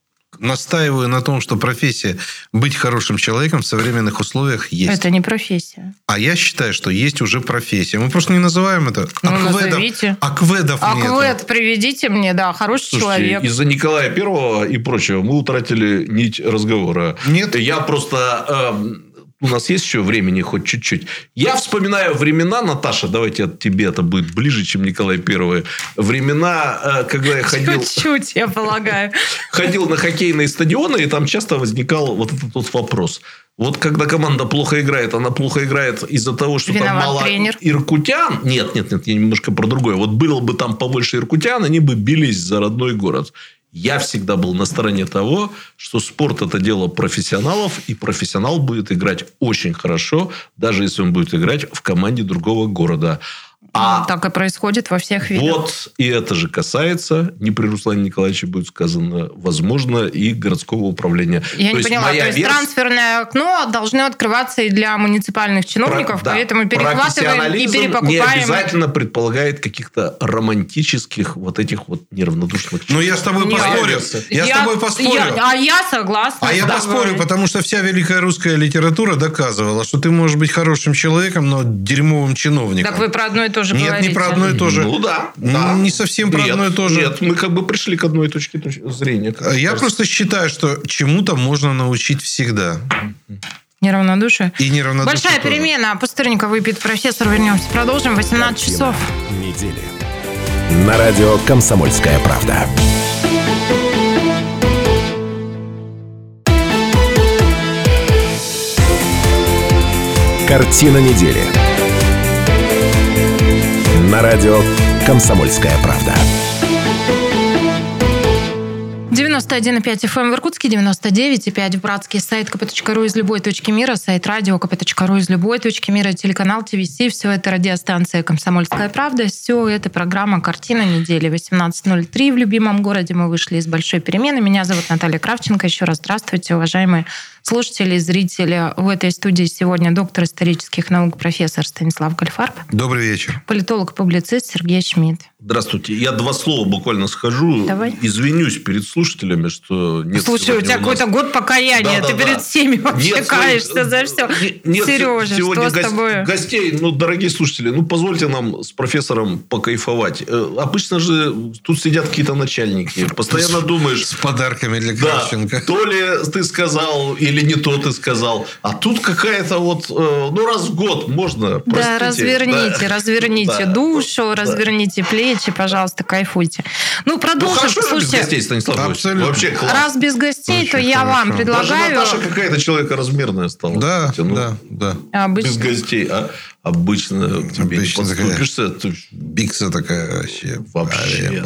Настаиваю на том, что профессия быть хорошим человеком в современных условиях есть. Это не профессия. А я считаю, что есть уже профессия. Мы просто не называем это. Назовите. Акведов нет. Аквед приведите мне, хороший человек. Из-за Николая Первого и прочего мы утратили нить разговора. Нет. Я просто... У нас есть еще времени хоть чуть-чуть. Я вспоминаю времена, Наташа, давайте тебе это будет ближе, чем Николай I. Времена, когда я ходил... Чуть-чуть, я полагаю. Ходил на хоккейные стадионы, и там часто возникал вот этот вот вопрос. Вот когда команда плохо играет, она плохо играет из-за того, что там мало иркутян. Нет, я немножко про другое. Вот было бы там побольше иркутян, они бы бились за родной город. Я всегда был на стороне того, что спорт – это дело профессионалов, и профессионал будет играть очень хорошо, даже если он будет играть в команде другого города. Так и происходит во всех видах. Вот и это же касается, не при Руслане Николаевиче будет сказано, возможно, и городского управления. Я не поняла, то есть трансферное окно должно открываться и для муниципальных чиновников, поэтому перехватываем и перепокупаем. Не обязательно предполагает каких-то романтических вот этих вот неравнодушных чиновников. Ну, я с тобой поспорю. Я согласна. А я поспорю, потому что вся великая русская литература доказывала, что ты можешь быть хорошим человеком, но дерьмовым чиновником. Так вы про одно и то же говорите. Нет, не про одно и то же. Ну да. Не совсем про одно и то же. Нет, мы как бы пришли к одной точке зрения. Я просто считаю, что чему-то можно научить всегда. Неравнодушие. И неравнодушие Большая тоже. Перемена. Пустырненько выпьет профессор. Вернемся. Продолжим. 18 часов. Недели. На радио «Комсомольская правда». Картина недели. На радио «Комсомольская правда». 91,5 FM в Иркутске, 99,5 в Братске, сайт kp.ru из любой точки мира, сайт радио kp.ru из любой точки мира, телеканал ТВС, все это радиостанция «Комсомольская правда», все это программа «Картина недели». 18:03 в любимом городе мы вышли из большой перемены. Меня зовут Наталья Кравченко. Еще раз здравствуйте, уважаемые слушатели и зрители. В этой студии сегодня доктор исторических наук, профессор Станислав Гольфарб. Добрый вечер. Политолог и публицист Сергей Шмидт. Здравствуйте. Я два слова буквально скажу. Давай. Извинюсь перед слушателями, что нет. Слушай, у тебя какой-то год покаяния. Ты перед всеми вообще каешься за все. Сережа, что с тобой? Гостей, дорогие слушатели, позвольте нам с профессором покайфовать. Обычно же тут сидят какие-то начальники. Постоянно думаешь... С подарками для Кравченко. Да, то ли ты сказал, или не то ты сказал. А тут какая-то раз в год можно, простите. Да, разверните душу, разверните плечи, пожалуйста, кайфуйте. Продолжим. Хорошо, слушайте, без гостей, Станислав абсолютно. Вообще класс. Раз без гостей, очень то я хорошо. вам предлагаю... Даже Наташа какая-то человекоразмерная стала. Да. Без гостей. А обычно к тебе не подступишься. Бикса такая вообще. Вообще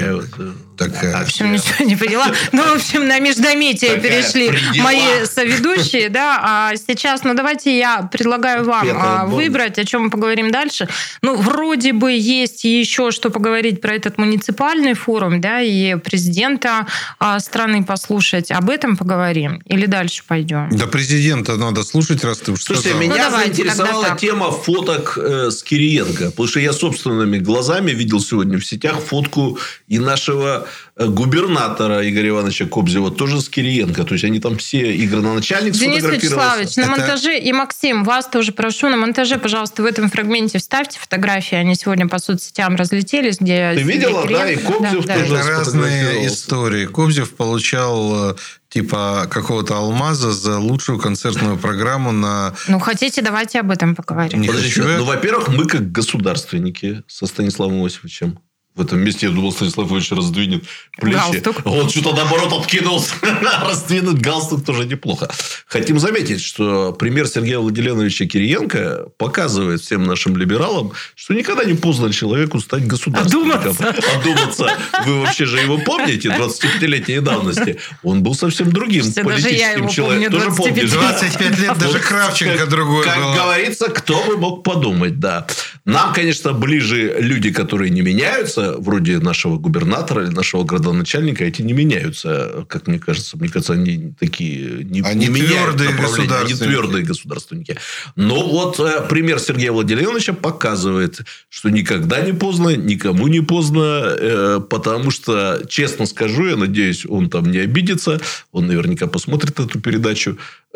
такая. В общем, ничего не поняла. В общем, на междометие перешли мои соведущие. А сейчас, давайте я предлагаю вам выбрать, о чем мы поговорим дальше. Вроде бы есть еще что поговорить про этот муниципальный форум, и президента страны послушать. Об этом поговорим? Или дальше пойдем? Да президента надо слушать, раз ты уж сказал. Слушайте, меня заинтересовала тема фоток с Кириенко. Потому что я собственными глазами видел сегодня в сетях фотку и нашего губернатора Игоря Ивановича Кобзева тоже с Кириенко. То есть, они там все игроначальник Денис сфотографировался. Вячеславович, на монтаже, и Максим, вас тоже прошу, на монтаже, пожалуйста, в этом фрагменте вставьте фотографии. Они сегодня по соцсетям разлетелись. Где ты видела, да? И Кобзев тоже это разные истории. Кобзев получал... типа какого-то алмаза за лучшую концертную программу на... хотите, давайте об этом поговорим. Во-первых, мы как государственники со Станиславом Иосифовичем. В этом месте, я думал, Станислав Ильич раздвинет плечи. Галстук. Он что-то, наоборот, откинулся. Раздвинуть галстук тоже неплохо. Хотим заметить, что пример Сергея Владимировича Кириенко показывает всем нашим либералам, что никогда не поздно человеку стать государственником. Одуматься. Вы вообще же его помните, 25-летней давности? Он был совсем другим политическим человеком. Тоже помню. 25 лет даже Кравченко другой был. Как говорится, кто бы мог подумать, да. Нам, конечно, ближе люди, которые не меняются, вроде нашего губернатора или нашего градоначальника, эти не меняются, как мне кажется. Мне кажется, они такие не меняют направление. Они твердые государственники. Но пример Сергея Владимировича показывает, что никогда не поздно, никому не поздно, потому что, честно скажу, я надеюсь, он там не обидится, он наверняка посмотрит эту передачу,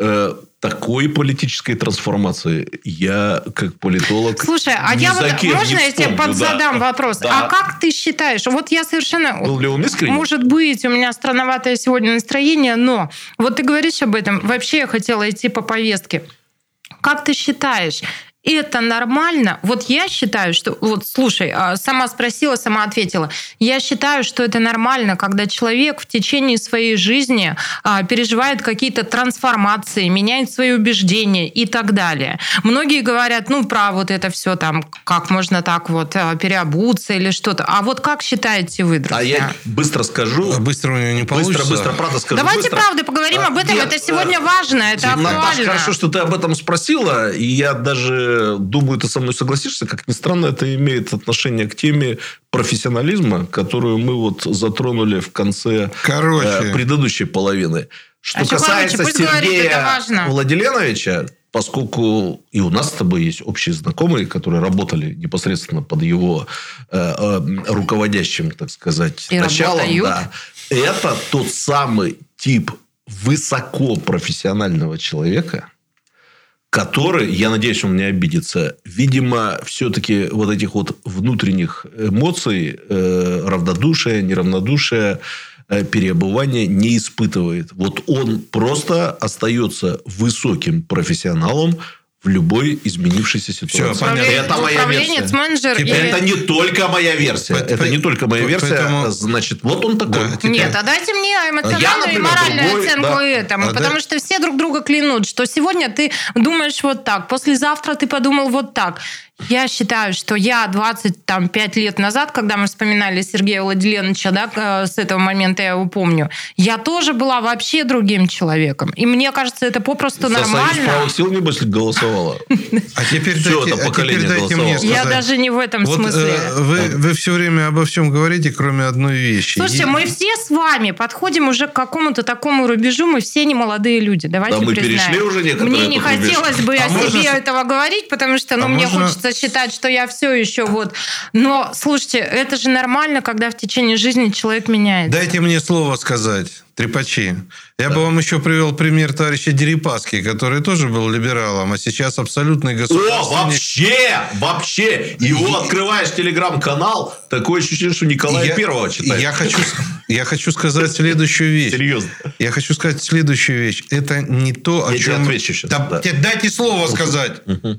такой политической трансформации я, как политолог, слушай, можно я тебе подзадам вопрос? Да. А как ты считаешь? Я совершенно... Был ли он искренне? Может быть, у меня странноватое сегодня настроение, но ты говоришь об этом. Вообще я хотела идти по повестке. Как ты считаешь, это нормально? Я считаю, что... слушай, сама спросила, сама ответила. Я считаю, что это нормально, когда человек в течение своей жизни переживает какие-то трансформации, меняет свои убеждения и так далее. Многие говорят, про это все там, как можно так переобуться или что-то. А как считаете вы, друзья? А я быстро скажу. Быстро у него не получится. Быстро, правда скажу. Давайте правда поговорим об этом. Это сегодня важно, это актуально. Наташа, хорошо, что ты об этом спросила. И я даже думаю, ты со мной согласишься, как ни странно, это имеет отношение к теме профессионализма, которую мы вот затронули в конце предыдущей половины. Что касается Сергея Владиленовича, поскольку и у нас с тобой есть общие знакомые, которые работали непосредственно под его руководящим, так сказать, началом. Да, это тот самый тип высокопрофессионального человека, который, я надеюсь, он не обидится, видимо, все-таки вот этих вот внутренних эмоций, равнодушия, неравнодушия, переобувания не испытывает. Вот он просто остается высоким профессионалом в любой изменившейся ситуации. Все, это моя версия. Менеджер Это не только моя версия. Это не только моя версия. Значит, вот он такой. Нет, а дайте мне эмоциональную и моральную оценку этому. Потому что все друг друга клянут, что сегодня ты думаешь вот так, послезавтра ты подумал вот так. Я считаю, что я 25 лет назад, когда мы вспоминали Сергея Владиленовича, да, с этого момента я его помню, я тоже была вообще другим человеком. И мне кажется, это попросту нормально. За Союз правых сил, небось, голосовала. А теперь дайте мне сказать. Я даже не в этом смысле. Вы все время обо всем говорите, кроме одной вещи. Слушайте, мы все с вами подходим уже к какому-то такому рубежу, мы все не молодые люди. Давайте признаем. Перешли уже некоторые. Мне не хотелось бы о себе этого говорить, потому что мне хочется считать, что я все еще вот. Но, слушайте, это же нормально, когда в течение жизни человек меняется. Дайте мне слово сказать, трепачи. Я бы вам еще привел пример товарища Дерипаски, который тоже был либералом, а сейчас абсолютный государственник. Вообще! Его открываешь телеграм-канал, такое ощущение, что Николая Первого читает. Я хочу сказать следующую вещь. Серьезно? Я хочу сказать следующую вещь. Это не то, о чем... Я тебе отвечу сейчас. Дайте слово сказать.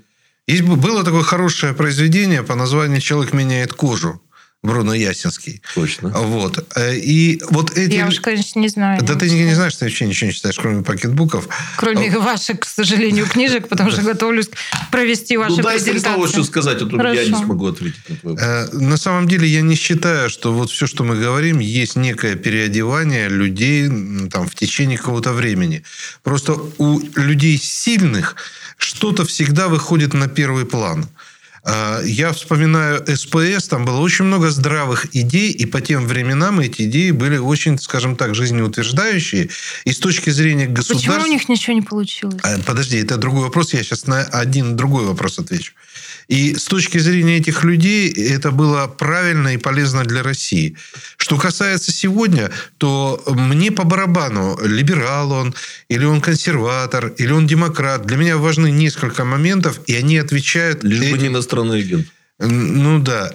Было такое хорошее произведение по названию «Человек меняет кожу». Бруно Ясинский. Точно. Вот. И вот эти... Я уж, конечно, не знаю. Да ты не знаешь, ты вообще ничего не читаешь, кроме пакетбуков. Кроме ваших, к сожалению, книжек, потому что готовлюсь провести ваши презентации. Дай Станиславу что сказать, а то я не смогу ответить на твой вопрос. На самом деле, я не считаю, что вот все, что мы говорим, есть некое переодевание людей там, в течение какого-то времени. Просто у людей сильных что-то всегда выходит на первый план. Я вспоминаю СПС, там было очень много здравых идей, и по тем временам эти идеи были очень, скажем так, жизнеутверждающие. И с точки зрения государства... Почему у них ничего не получилось? Подожди, это другой вопрос, я сейчас на один другой вопрос отвечу. И с точки зрения этих людей это было правильно и полезно для России. Что касается сегодня, то мне по барабану, либерал он, или он консерватор, или он демократ. Для меня важны несколько моментов, и они отвечают... Лишь бы не иностранный агент. Ну да.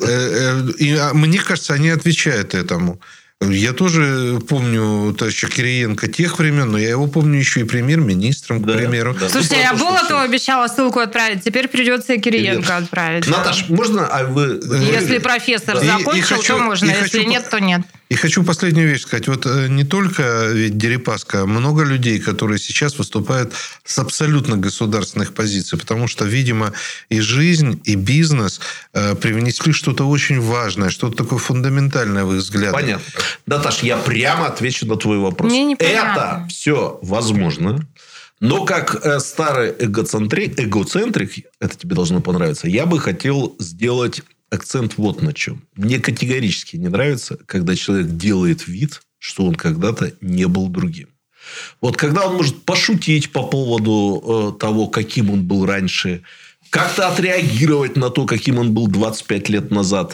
И мне кажется, они отвечают этому. Я тоже помню товарища Кириенко тех времен, но я его помню еще и премьер-министром, к примеру. Да. Слушайте, я Болотову обещала ссылку отправить, теперь придется и Кириенко отправить. Наташ, можно... Если профессор закончил, то можно, если нет, то нет. И хочу последнюю вещь сказать. Вот не только ведь Дерипаска, много людей, которые сейчас выступают с абсолютно государственных позиций, потому что, видимо, и жизнь, и бизнес привнесли что-то очень важное, что-то такое фундаментальное в их взгляд. Понятно. Наташ, я прямо отвечу на твой вопрос. Мне непонятно. Это все возможно. Но как старый эгоцентрик, это тебе должно понравиться, я бы хотел сделать акцент вот на чем. Мне категорически не нравится, когда человек делает вид, что он когда-то не был другим. Вот когда он может пошутить по поводу того, каким он был раньше, как-то отреагировать на то, каким он был 25 лет назад.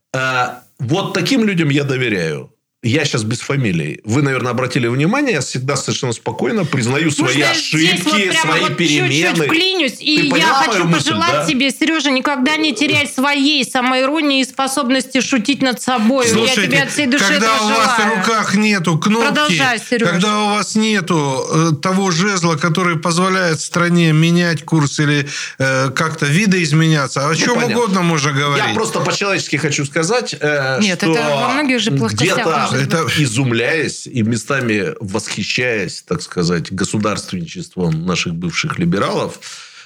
Вот таким людям я доверяю. Я сейчас без фамилий. Вы, наверное, обратили внимание, я всегда совершенно спокойно признаю свои ошибки, свои перемены. Чуть-чуть вклинюсь, и я хочу пожелать тебе, Сережа, никогда не терять своей самоиронии и способности шутить над собой. Слушайте, я тебе от всей души когда этого у вас желаю. в руках нету кнопки, Продолжай, Сережа. когда у вас нету того жезла, который позволяет стране менять курс или как-то видоизменяться, о чем угодно можно говорить. Я просто по-человечески хочу сказать, Нет, что это во многих же плоскостях. Это изумляясь и местами восхищаясь, так сказать, государственничеством наших бывших либералов,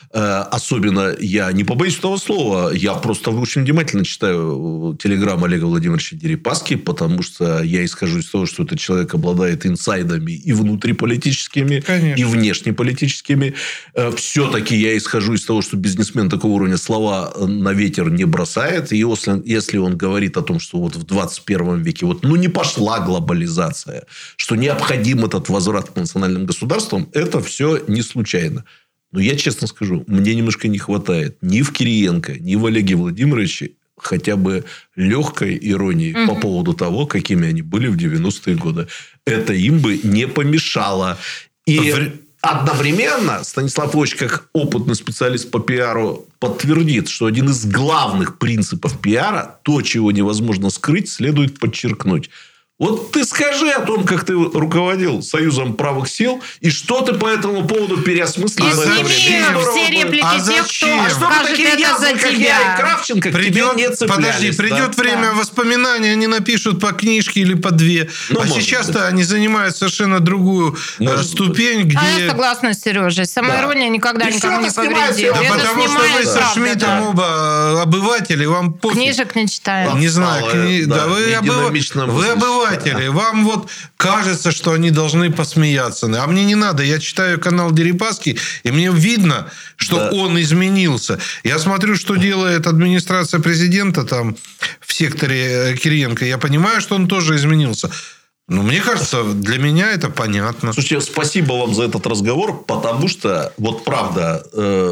Особенно я не побоюсь этого слова. Я просто очень внимательно читаю телеграм Олега Владимировича Дерипаски, потому что я исхожу из того, что этот человек обладает инсайдами и внутриполитическими, и внешнеполитическими. Все-таки я исхожу из того, что бизнесмен такого уровня слова на ветер не бросает. И если он говорит о том, что вот в 21 веке не пошла глобализация, что необходим этот возврат к национальным государствам, это все не случайно. Но я честно скажу, мне немножко не хватает ни в Кириенко, ни в Олеге Владимировиче хотя бы легкой иронии по поводу того, какими они были в 90-е годы. Это им бы не помешало. И одновременно Станислав Ильич, как опытный специалист по пиару, подтвердит, что один из главных принципов пиара, то, чего невозможно скрыть, следует подчеркнуть. Вот ты скажи о том, как ты руководил Союзом правых сил, и что ты по этому поводу переосмыслил в это время. Все реплики тех, кто скажет это за тебя. Я и Кравченко, к тебе не цеплялись. Подожди, придет время воспоминаний, они напишут по книжке или по две. Сейчас-то они занимают совершенно другую ступень, где... А я согласна с Сережей. Самоирония никогда никому не повредит. Потому что вы со Шмидтом оба обыватели, вам пофиг. Книжек не читаем. Не знаю. Вы обыватели. Вам кажется, что они должны посмеяться. А мне не надо. Я читаю канал Дерипаски, и мне видно, что он изменился. Я смотрю, что делает администрация президента там в секторе Кириенко. Я понимаю, что он тоже изменился. Но мне кажется, для меня это понятно. Слушайте, спасибо вам за этот разговор, потому что, правда,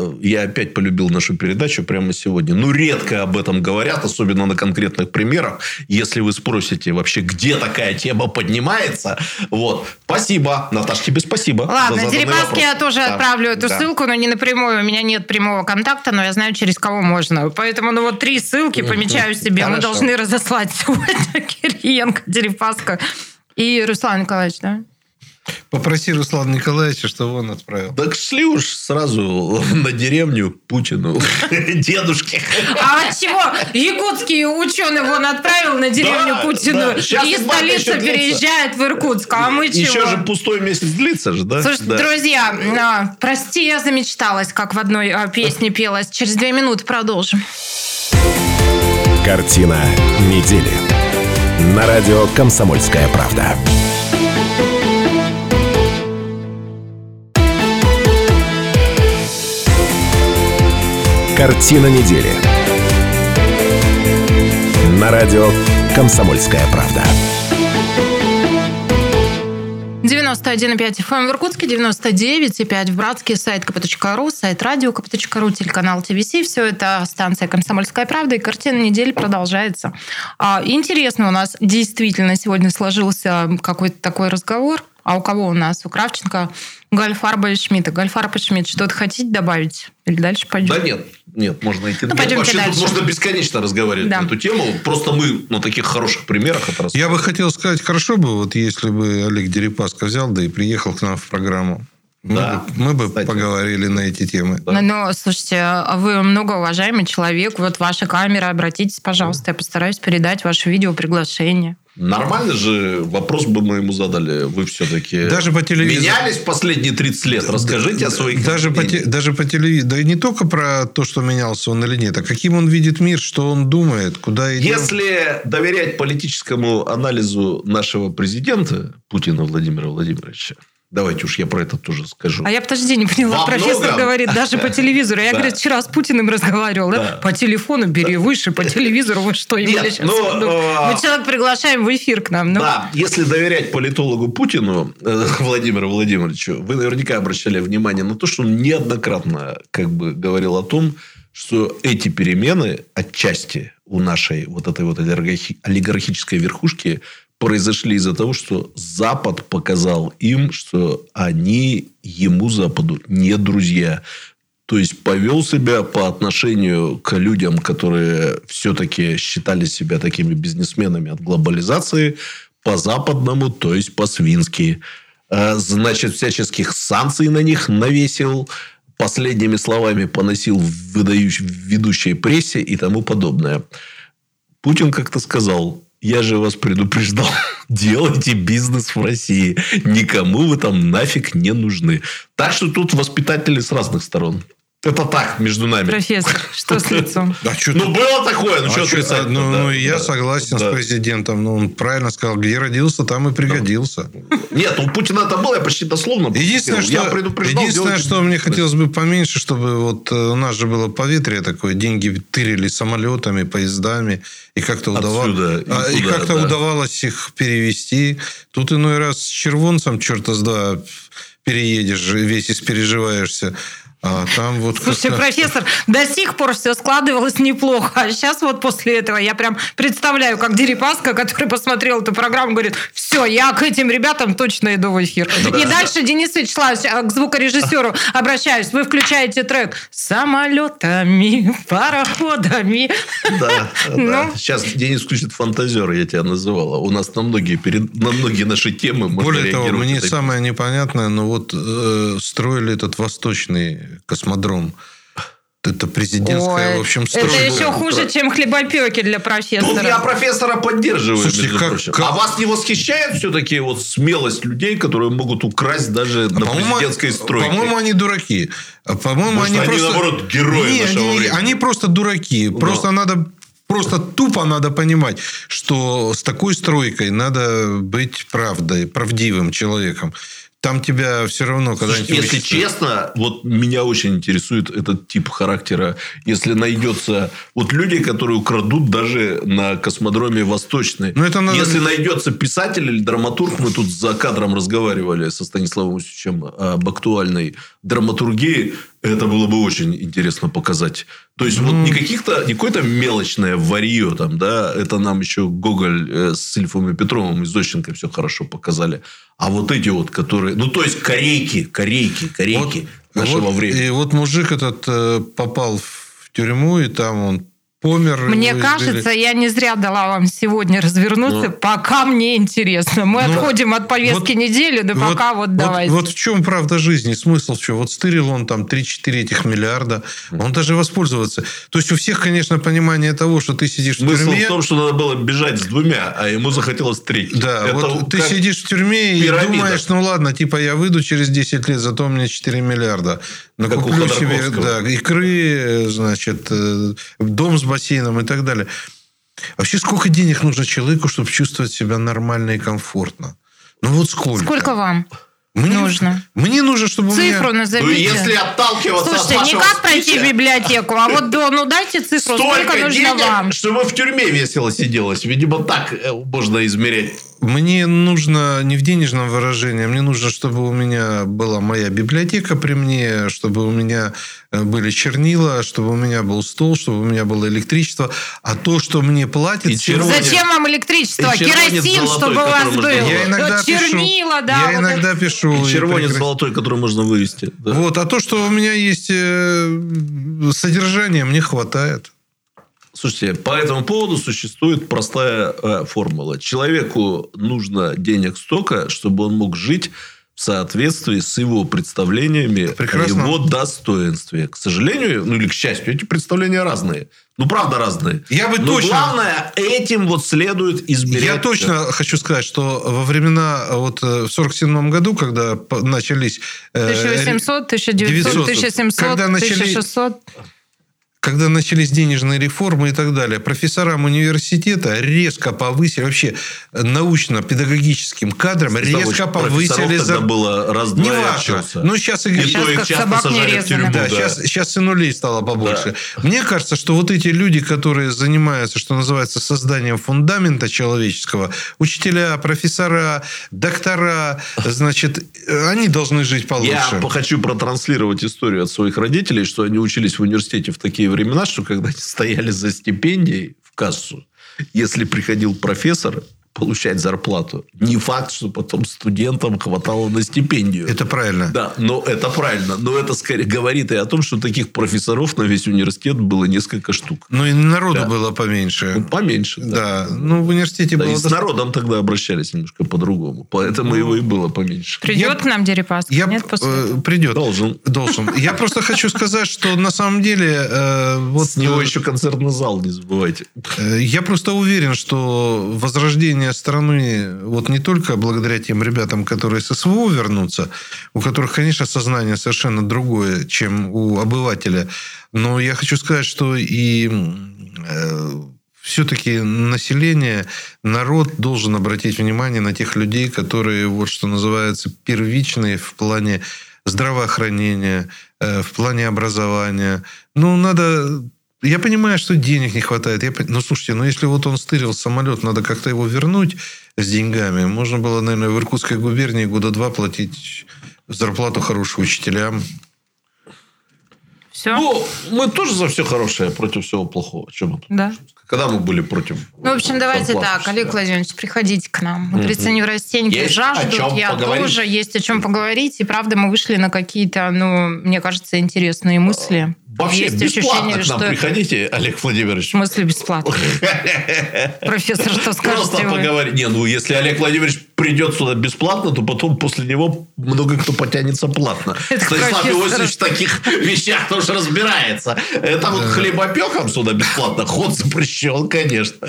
я опять полюбил нашу передачу прямо сегодня. Редко об этом говорят, особенно на конкретных примерах. Если вы спросите вообще, где такая тема поднимается. Спасибо. Наташа, тебе спасибо. Ладно, Дерипаски я тоже отправлю эту ссылку, но не напрямую. У меня нет прямого контакта, но я знаю, через кого можно. Поэтому 3 ссылки помечаю себе. Мы должны разослать сегодня Кириенко, Дерипаска и Руслан Николаевич, да? Попроси Руслана Николаевича, чтобы он отправил. Так шли уж сразу на деревню Путину, дедушке. А от чего? Якутский ученый он отправил на деревню Путину. И столица переезжает в Иркутск. А мы чего? Еще же пустой месяц длится же, да? Слушайте, друзья, прости, я замечталась, как в одной песне пелось. Через 2 минуты продолжим. Картина недели. На радио «Комсомольская правда». Картина недели. На радио «Комсомольская правда». 91,5 FM в Иркутске, 99,5 в Братске, сайт kp.ru, сайт радио kp.ru, телеканал ТВС. Все это станция «Комсомольская правда», и картина недели продолжается. Интересно, у нас действительно сегодня сложился какой-то такой разговор. А у кого у нас? У Кравченко, Гальфарба и Шмидта. Гальфарб и Шмидт, что-то хотите добавить? Или дальше пойдем? Да нет, можно идти. Вообще дальше. Тут можно бесконечно разговаривать на эту тему. Просто мы на таких хороших примерах это рассказываем. Я бы хотел сказать, хорошо бы, если бы Олег Дерипаска взял, да и приехал к нам в программу. Мы бы поговорили на эти темы. Да. Но, слушайте, вы многоуважаемый человек. Ваша камера, обратитесь, пожалуйста. Я постараюсь передать ваше видеоприглашение. Нормально же вопрос бы мы ему задали. Вы все-таки даже по телевизору менялись последние 30 лет. Расскажите о своих... Даже по телевизору. Да и не только про то, что менялся он или нет, а каким он видит мир, что он думает, куда идет. Если доверять политическому анализу нашего президента Путина Владимира Владимировича, давайте уж я про это тоже скажу. А я, подожди, не поняла. Профессор говорит, даже по телевизору. Я, говорит, вчера с Путиным разговаривал. Да? По телефону бери выше, по телевизору. Вы что, имели сейчас? Мы человек приглашаем в эфир к нам. Да, если доверять политологу Путину, Владимиру Владимировичу, вы наверняка обращали внимание на то, что он неоднократно говорил о том, что эти перемены отчасти у нашей этой олигархической верхушки произошли из-за того, что Запад показал им, что они ему, Западу, не друзья. То есть, повел себя по отношению к людям, которые все-таки считали себя такими бизнесменами от глобализации, по-западному, то есть, по-свински. Значит, всяческих санкций на них навесил, последними словами поносил в ведущей прессе и тому подобное. Путин как-то сказал: я же вас предупреждал, делайте бизнес в России. Никому вы там нафиг не нужны. Так что тут воспитатели с разных сторон. Это так, между нами. Профессор, что с лицом? Ну, было такое, ну, что отрицать? Я согласен с президентом. Ну, он правильно сказал, где родился, там и пригодился. Нет, у Путина это было, я почти дословно. Единственное, что мне хотелось бы поменьше, чтобы вот у нас же было поветрие такое, деньги тырили самолетами, поездами, и как-то удавалось их перевести. Тут иной раз с червонцем, черта с два, переедешь, весь испереживаешься. А там вот слушай, профессор, до сих пор все складывалось неплохо. А сейчас вот после этого я прям представляю, как Дерипаска, который посмотрел эту программу, говорит, все, я к этим ребятам точно иду в эфир. И дальше, Денис Вячеславович, к звукорежиссеру обращаюсь. Вы включаете трек самолетами, пароходами. Да. Сейчас Денис включит «Фантазера», я тебя называла. У нас на многие наши темы можно более реагировать. того, мне самое непонятное, строили этот восточный космодром. Это президентская, в общем, стройка. Это еще хуже, чем хлебопеки для профессора. Тут я профессора поддерживаю. Слушайте, А вас не восхищает все-таки вот смелость людей, которые могут украсть даже на президентской стройке? По-моему, они дураки. По-моему, они просто... наоборот, герои нашего времени. Они просто дураки. Просто тупо надо понимать, что с такой стройкой надо быть правдивым человеком. Там тебя все равно когда-нибудь... Если честно, вот меня очень интересует этот тип характера. Если найдется... Вот люди, которые украдут даже на космодроме Восточный. Если найдется писатель или драматург, мы тут за кадром разговаривали со Станиславом Усичем об актуальной драматургии, это было бы очень интересно показать. То есть, вот не какое-то мелочное варье там, да, это нам еще Гоголь с Ильфом и Петровым и Зощенко все хорошо показали. А вот эти вот, которые... Ну, то есть, корейки нашего времени. И вот мужик этот попал в тюрьму, и там он помер. Мне кажется, я не зря дала вам сегодня развернуться, пока мне интересно. Мы отходим от повестки недели, пока давайте. Вот в чем правда жизни, смысл в чем? Вот стырил он там 3-4 этих миллиарда, он даже воспользоваться. То есть, у всех, конечно, понимание того, что ты сидишь в тюрьме... Смысл в том, что надо было бежать с 2, а ему захотелось 3. Да, вот ты сидишь в тюрьме и думаешь, ну ладно, я выйду через 10 лет, зато у меня 4 миллиарда. Накуплю себе икры, значит, дом с бассейном и так далее. Вообще, сколько денег нужно человеку, чтобы чувствовать себя нормально и комфортно? Ну, вот сколько? Сколько вам нужно? Мне нужно, чтобы цифру назовите. Ну, если отталкиваться от вашего не как пройти в библиотеку, а вот дайте цифру, сколько нужно вам. Чтобы в тюрьме весело сиделось. Видимо, так можно измерять. Мне нужно не в денежном выражении, мне нужно, чтобы у меня была моя библиотека при мне, чтобы у меня были чернила, чтобы у меня был стол, чтобы у меня было электричество. А то, что мне платят... Зачем вам электричество? Керосин, чтобы у вас был. Чернила, да. Я иногда пишу. И червонец золотой, который можно вывести. Да. Вот. А то, что у меня есть содержание, мне хватает. Слушайте, по этому поводу существует простая формула. Человеку нужно денег столько, чтобы он мог жить в соответствии с его представлениями о его достоинстве. К сожалению, или к счастью, эти представления разные. Ну, правда, разные. Главное, этим следует измерять. Я точно хочу сказать, что во времена, в 1947 году, когда начались... 1800, 1900, 1700, 1600... Когда начались денежные реформы и так далее, профессорам университета резко повысили, вообще научно-педагогическим кадрам резко повысили... Тогда было раз-два. Неважно. Ну, сейчас как собак не резаны. Да, сейчас и нулей стало побольше. Да. Мне кажется, что вот эти люди, которые занимаются, что называется, созданием фундамента человеческого, учителя, профессора, доктора, значит, они должны жить получше. Я хочу протранслировать историю от своих родителей, что они учились в университете в такие времена, что когда они стояли за стипендией в кассу, если приходил профессор получать зарплату, не факт, что потом студентам хватало на стипендию. Это правильно. Да, но это правильно. Но это скорее говорит и о том, что таких профессоров на весь университет было несколько штук. Ну, и народу было поменьше. Ну, поменьше, да. Ну, в университете было... И с народом тогда обращались немножко по-другому. Поэтому его и было поменьше. Придет к нам Дерипаска? Нет, придет. Должен. Я просто хочу сказать, что на самом деле... С него еще концертный зал, не забывайте. Я просто уверен, что возрождение управления страны вот не только благодаря тем ребятам, которые с СВО вернутся, у которых, конечно, сознание совершенно другое, чем у обывателя, но я хочу сказать, что и все-таки население, народ должен обратить внимание на тех людей, которые, вот что называется, первичные в плане здравоохранения, в плане образования. Надо... Я понимаю, что денег не хватает. Слушайте, если вот он стырил самолет, надо как-то его вернуть с деньгами. Можно было, наверное, в Иркутской губернии 2 года платить зарплату хорошим учителям. Все? Мы тоже за все хорошее, против всего плохого. Чем это? Да. Когда мы были против... В общем, давайте так, Олег Владимирович, приходите к нам. Мудрецы неврастенники жаждут, я тоже. Есть о чем поговорить. И правда, мы вышли на какие-то, мне кажется, интересные мысли. Вообще, есть бесплатно ощущение, к нам приходите, Олег Владимирович. В смысле бесплатно? Профессор, что скажете Просто поговорить. Если Олег Владимирович придет сюда бесплатно, то потом после него много кто потянется платно. Станислав Иосифович в таких вещах тоже разбирается. Это вот хлебопекам сюда бесплатно ход запрещен, конечно.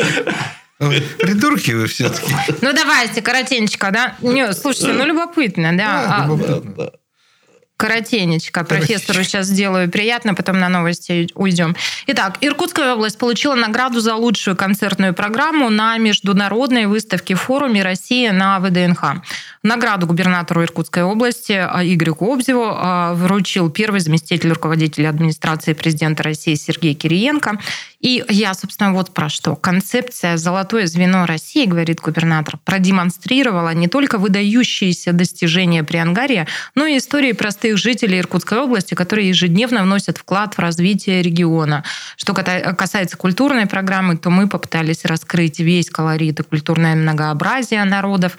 Придурки вы все-таки. Давайте, коротенечко, да? Слушайте, любопытно, да? Любопытно. Коротенечко. Профессору сейчас сделаю приятно, потом на новости уйдем. Итак, Иркутская область получила награду за лучшую концертную программу на международной выставке в форуме «Россия на ВДНХ». Награду губернатору Иркутской области Игорю Кобзеву вручил первый заместитель руководителя администрации президента России Сергей Кириенко. И я, собственно, вот про что. Концепция «Золотое звено России», говорит губернатор, продемонстрировала не только выдающиеся достижения Приангарья, но и истории простых жителей Иркутской области, которые ежедневно вносят вклад в развитие региона. Что касается культурной программы, то мы попытались раскрыть весь колорит и культурное многообразие народов.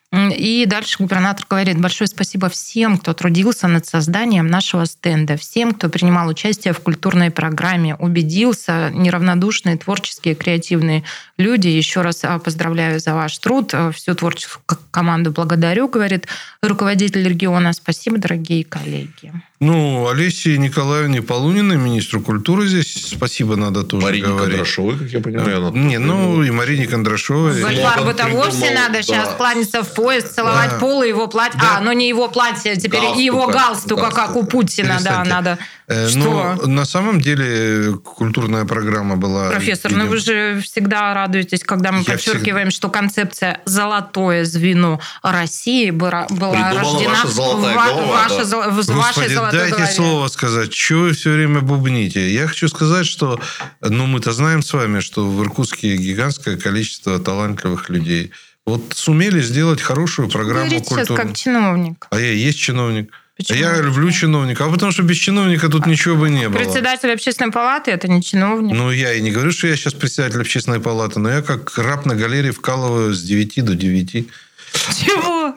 И дальше губернатор говорит: большое спасибо всем, кто трудился над созданием нашего стенда, всем, кто принимал участие в культурной программе, убедился, неравнодушные, творческие, креативные люди. Еще раз поздравляю за ваш труд, всю творческую команду благодарю, говорит руководитель региона. Спасибо, дорогие коллеги. Олесе Николаевне Полуниной, министру культуры, здесь спасибо надо тоже Марине говорить. Кондрашовой, как я понимаю. И Марине Кондрашовой. Гольфарбу-то вовсе надо сейчас кланяться в пояс, целовать пол и его платье. Не его платье, теперь его галстука, как у Путина. Да, надо. Что? На самом деле культурная программа была... Профессор, вы же всегда радуетесь, когда мы подчеркиваем, что концепция «Золотое звено России» была рождена вашей золотой голове. Дайте слово сказать. Чего вы все время бубните? Я хочу сказать, что мы-то знаем с вами, что в Иркутске гигантское количество талантливых людей. Вот сумели сделать хорошую программу культуры. Сейчас как чиновник. А я есть чиновник. Почему? Я люблю чиновника. Потому что без чиновника тут ничего бы не было. Председатель общественной палаты – это не чиновник. Я и не говорю, что я сейчас председатель общественной палаты, но я как раб на галерее вкалываю с 9 до 9. Чего?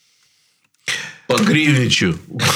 По гривничу.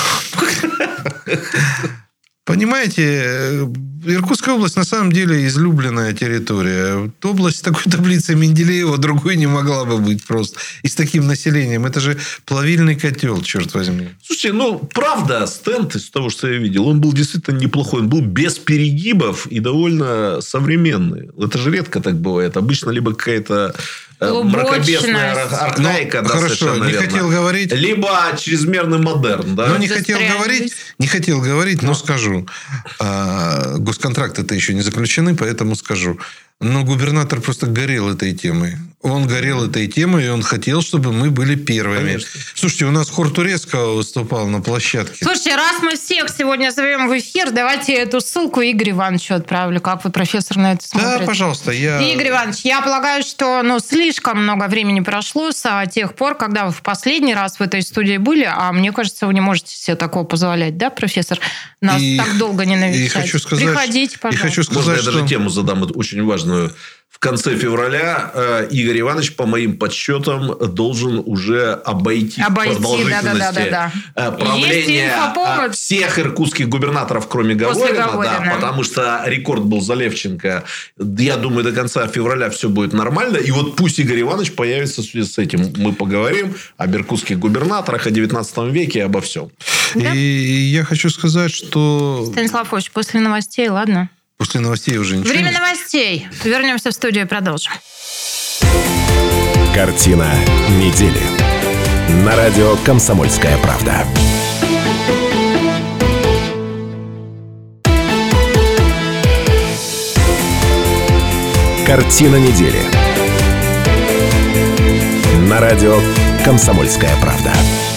Понимаете, Иркутская область на самом деле излюбленная территория. Область с такой таблицей Менделеева другой не могла бы быть просто. И с таким населением. Это же плавильный котел, черт возьми. Слушайте, правда, стенд, из того, что я видел, он был действительно неплохой. Он был без перегибов и довольно современный. Это же редко так бывает. Обычно либо какая-то мракобесная архаика. Хорошо, не хотел говорить. Либо чрезмерный модерн. Да? Не хотел говорить, но скажу. Госконтракты-то еще не заключены, поэтому скажу. Но губернатор просто горел этой темой. Он горел этой темой, и он хотел, чтобы мы были первыми. Конечно. Слушайте, у нас хор турецкого выступал на площадке. Слушайте, раз мы всех сегодня зовем в эфир, давайте эту ссылку Игорю Ивановичу отправлю. Как вы, профессор, на это смотрите? Да, пожалуйста. Игорь Иванович, я полагаю, что слишком много времени прошло с тех пор, когда вы в последний раз в этой студии были, а мне кажется, вы не можете себе такого позволять, да, профессор? Нас так долго не навещать. Приходите, пожалуйста. Можно я даже тему задам очень важную. В конце февраля Игорь Иванович, по моим подсчетам, должен уже обойти продолжительности правления всех иркутских губернаторов, кроме Гаворина. Потому что рекорд был за Левченко. Я думаю, до конца февраля все будет нормально. И вот пусть Игорь Иванович появится в связи с этим. Мы поговорим об иркутских губернаторах, о 19 веке и обо всем. Да? И я хочу сказать, что... Станислав Ильич, после новостей, ладно? После новостей уже ничего. Время новостей. Вернемся в студию и продолжим. Картина недели. На радио «Комсомольская правда». Картина недели. На радио «Комсомольская правда».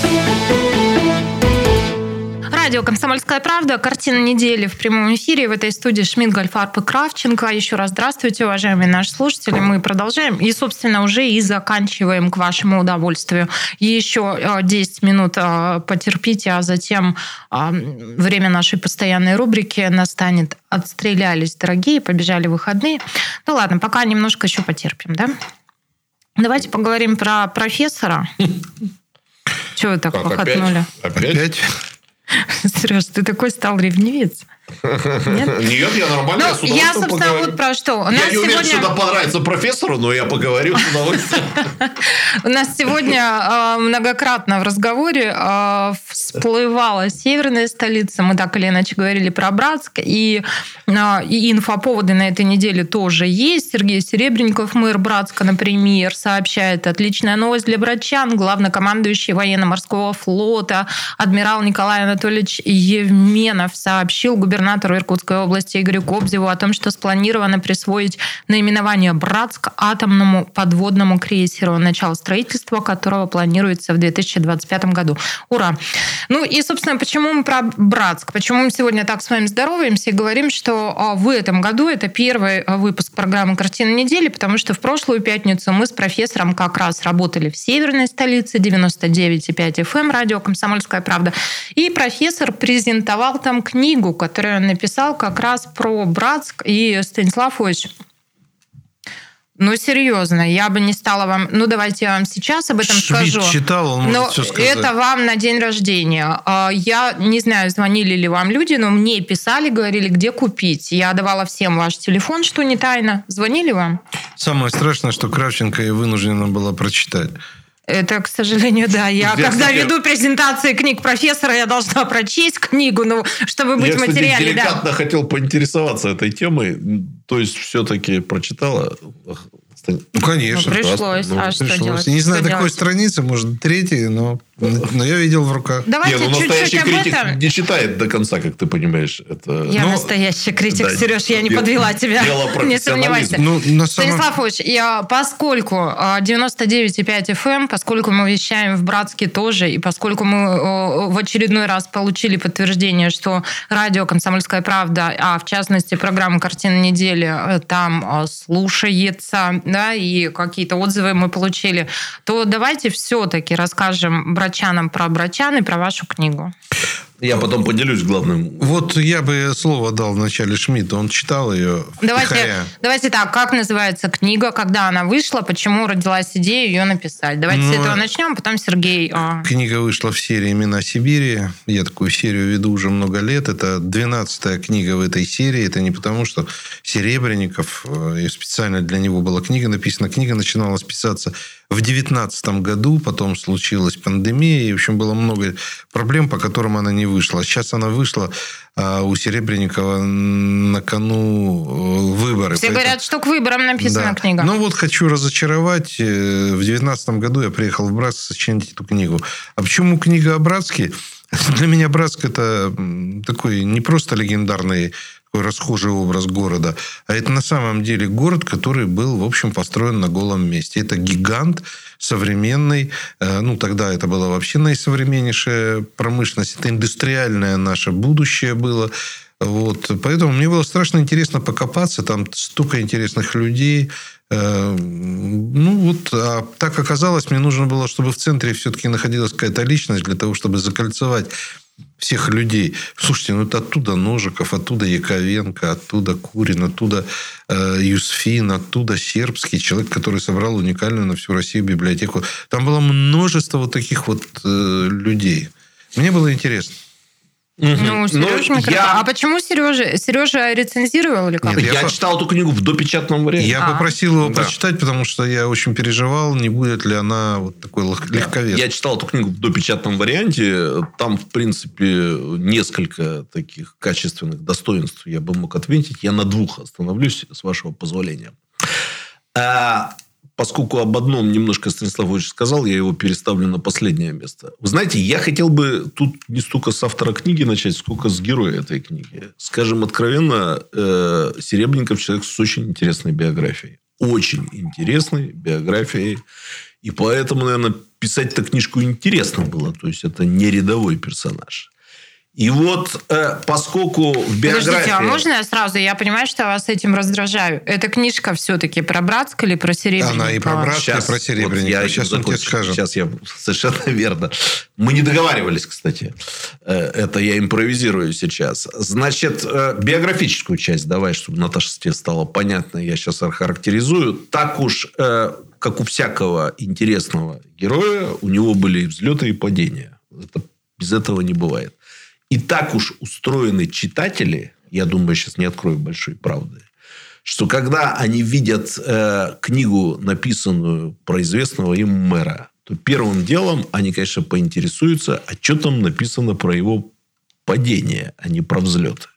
Радио «Комсомольская правда». Картина недели в прямом эфире. В этой студии Шмидт, Гольфарб и Кравченко. Еще раз здравствуйте, уважаемые наши слушатели. Мы продолжаем и, собственно, уже и заканчиваем к вашему удовольствию. Еще 10 минут потерпите, а затем время нашей постоянной рубрики настанет. Отстрелялись, дорогие, побежали выходные. Ну ладно, пока немножко еще потерпим, да? Давайте поговорим про профессора. Чего вы так похотнули? Опять? Сереж, ты такой стал ревнивец. Нет, я нормально, я с удовольствием я, собственно, поговорю. вот про что. Я не уверен, что это понравится профессору, но я поговорю с удовольствием. У нас сегодня многократно в разговоре всплывала северная столица. Мы так или иначе говорили про Братск. И инфоповоды на этой неделе тоже есть. Сергей Серебренников, мэр Братска, например, сообщает: отличная новость для братчан. Главнокомандующий военно-морского флота адмирал Николай Анатольевич Евменов сообщил губернатору Иркутской области Игорю Кобзеву о том, что спланировано присвоить наименование Братск атомному подводному крейсеру, начало строительства которого планируется в 2025 году. Ура! Ну и, собственно, почему мы про Братск? Почему мы сегодня так с вами здороваемся и говорим, что в этом году это первый выпуск программы «Картина недели», потому что в прошлую пятницу мы с профессором как раз работали в северной столице, 99,5 FM, радио «Комсомольская правда». И профессор презентовал там книгу, которую он написал как раз про Братск. И, Станислав Ильич, ну, серьезно, я бы не стала вам... Ну, давайте я вам сейчас об этом скажу. Читал, он может все сказать. Это вам на день рождения. Я не знаю, звонили ли вам люди, но мне писали, говорили, где купить. Я давала всем ваш телефон, что не тайна. Звонили вам? Самое страшное, что Кравченко и вынуждена была прочитать. Это, к сожалению, да. Я, когда веду презентации книг профессора, я должна прочесть книгу, ну, чтобы быть в материале. Я, деликатно хотел поинтересоваться этой темой. То есть, все-таки прочитала? Ну, конечно. Ну, пришлось. А что делать? Не знаю, что какой делать? страницы, может, третьей, но я видел в руках. Давайте настоящий чуть-чуть об критик этом. не читает до конца, как ты понимаешь. Я настоящий критик, да, Сереж, я не подвела тебя. Не сомневайся. Станислав Ильич, поскольку 99,5 FM, поскольку мы вещаем в Братске тоже, и поскольку мы в очередной раз получили подтверждение, что радио «Комсомольская правда», а в частности программа «Картина недели» там слушается, да, и какие-то отзывы мы получили, то давайте все-таки расскажем братчанам про братчан и про вашу книгу. Я потом поделюсь главным. Вот я бы слово дал вначале Шмидту, он читал ее. Давайте так, как называется книга, когда она вышла, почему родилась идея ее написать? Давайте с этого начнем, потом Сергей. Книга вышла в серии «Имена Сибири». Я такую серию веду уже много лет. Это 12-я книга в этой серии. Это не потому, что Серебренников, и специально для него была книга написана. Книга начиналась писаться в 2019 году, потом случилась пандемия, и, в общем, было много проблем, по которым она не вышла. Сейчас она вышла, а у Серебренникова на кону выборы. Все говорят, что к выборам написана книга. Ну вот хочу разочаровать. В 2019 году я приехал в Братск сочинить эту книгу. А почему книга о Братске? Для меня Братск – это такой не просто легендарный расхожий образ города, а это на самом деле город, который был, в общем, построен на голом месте. Это гигант современный, ну, тогда это была вообще наисовременнейшая промышленность, это индустриальное наше будущее было. Вот. Поэтому мне было страшно интересно покопаться, там столько интересных людей. Ну, вот, а так оказалось, мне нужно было, чтобы в центре все-таки находилась какая-то личность для того, чтобы закольцевать всех людей. Слушайте, ну это оттуда Ножиков, оттуда Яковенко, оттуда Курин, оттуда Юсфин, оттуда Сербский, человек, который собрал уникальную на всю Россию библиотеку. Там было множество вот таких вот людей. Мне было интересно. Ну, Сережа, а почему Сережа? Сережа рецензировал или как? Нет, я читал эту книгу в допечатном варианте. Я попросил его прочитать, потому что я очень переживал, не будет ли она вот такой легковесной. Я читал эту книгу в допечатном варианте. Там, в принципе, несколько таких качественных достоинств я бы мог отметить. Я на двух остановлюсь, с вашего позволения. поскольку об одном немножко Станислав Ильич сказал, я его переставлю на последнее место. Вы знаете, я хотел бы тут не столько с автора книги начать, сколько с героя этой книги. Скажем откровенно, Серебренников человек с очень интересной биографией. Очень интересной биографией. И поэтому, наверное, писать эту книжку интересно было. То есть, это не рядовой персонаж. И вот, поскольку в биографии... Подождите, а можно я сразу? Я понимаю, что я вас этим раздражаю. Эта книжка все-таки про Братска или про Серебренникова? Она и про Братска, и про Серебренникова. Вот сейчас он тебе скажет. Сейчас я... Совершенно верно. Мы не договаривались, кстати. Это я импровизирую сейчас. Значит, биографическую часть давай, чтобы, Наташа, тебе стало понятно. Я сейчас охарактеризую. Так уж, как у всякого интересного героя, у него были и взлеты, и падения. Без этого не бывает. И так уж устроены читатели, я думаю, я сейчас не открою большой правды, что когда они видят книгу, написанную про известного им мэра, то первым делом они, конечно, поинтересуются, а что там написано про его падение, а не про взлеты.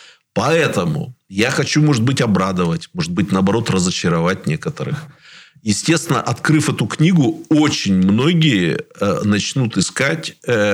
Поэтому я хочу, может быть, обрадовать, может быть, наоборот, разочаровать некоторых. Естественно, открыв эту книгу, очень многие начнут искать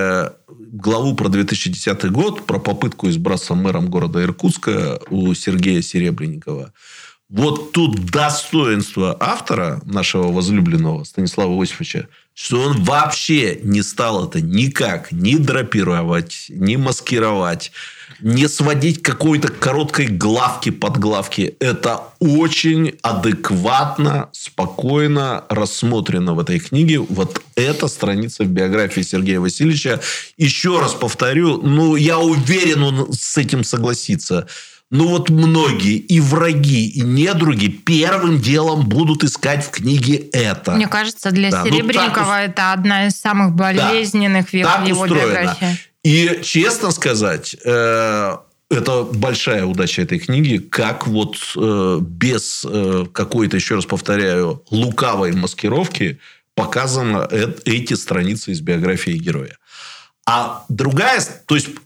главу про 2010 год, про попытку избраться мэром города Иркутска у Сергея Серебренникова. Вот тут достоинство автора, нашего возлюбленного Станислава Иосифовича, что он вообще не стал это никак ни драпировать, ни маскировать, не сводить к какой-то короткой главке, подглавки. Это очень адекватно, спокойно рассмотрено в этой книге. Вот эта страница в биографии Сергея Васильевича. Еще раз повторю, я уверен, он с этим согласится. Вот многие и враги, и недруги первым делом будут искать в книге это. Мне кажется, для Серебренникова это одна из самых болезненных вех в его биографии. И, честно сказать, это большая удача этой книги, как вот без какой-то, еще раз повторяю, лукавой маскировки показаны эти страницы из биографии героя. А другая, то есть,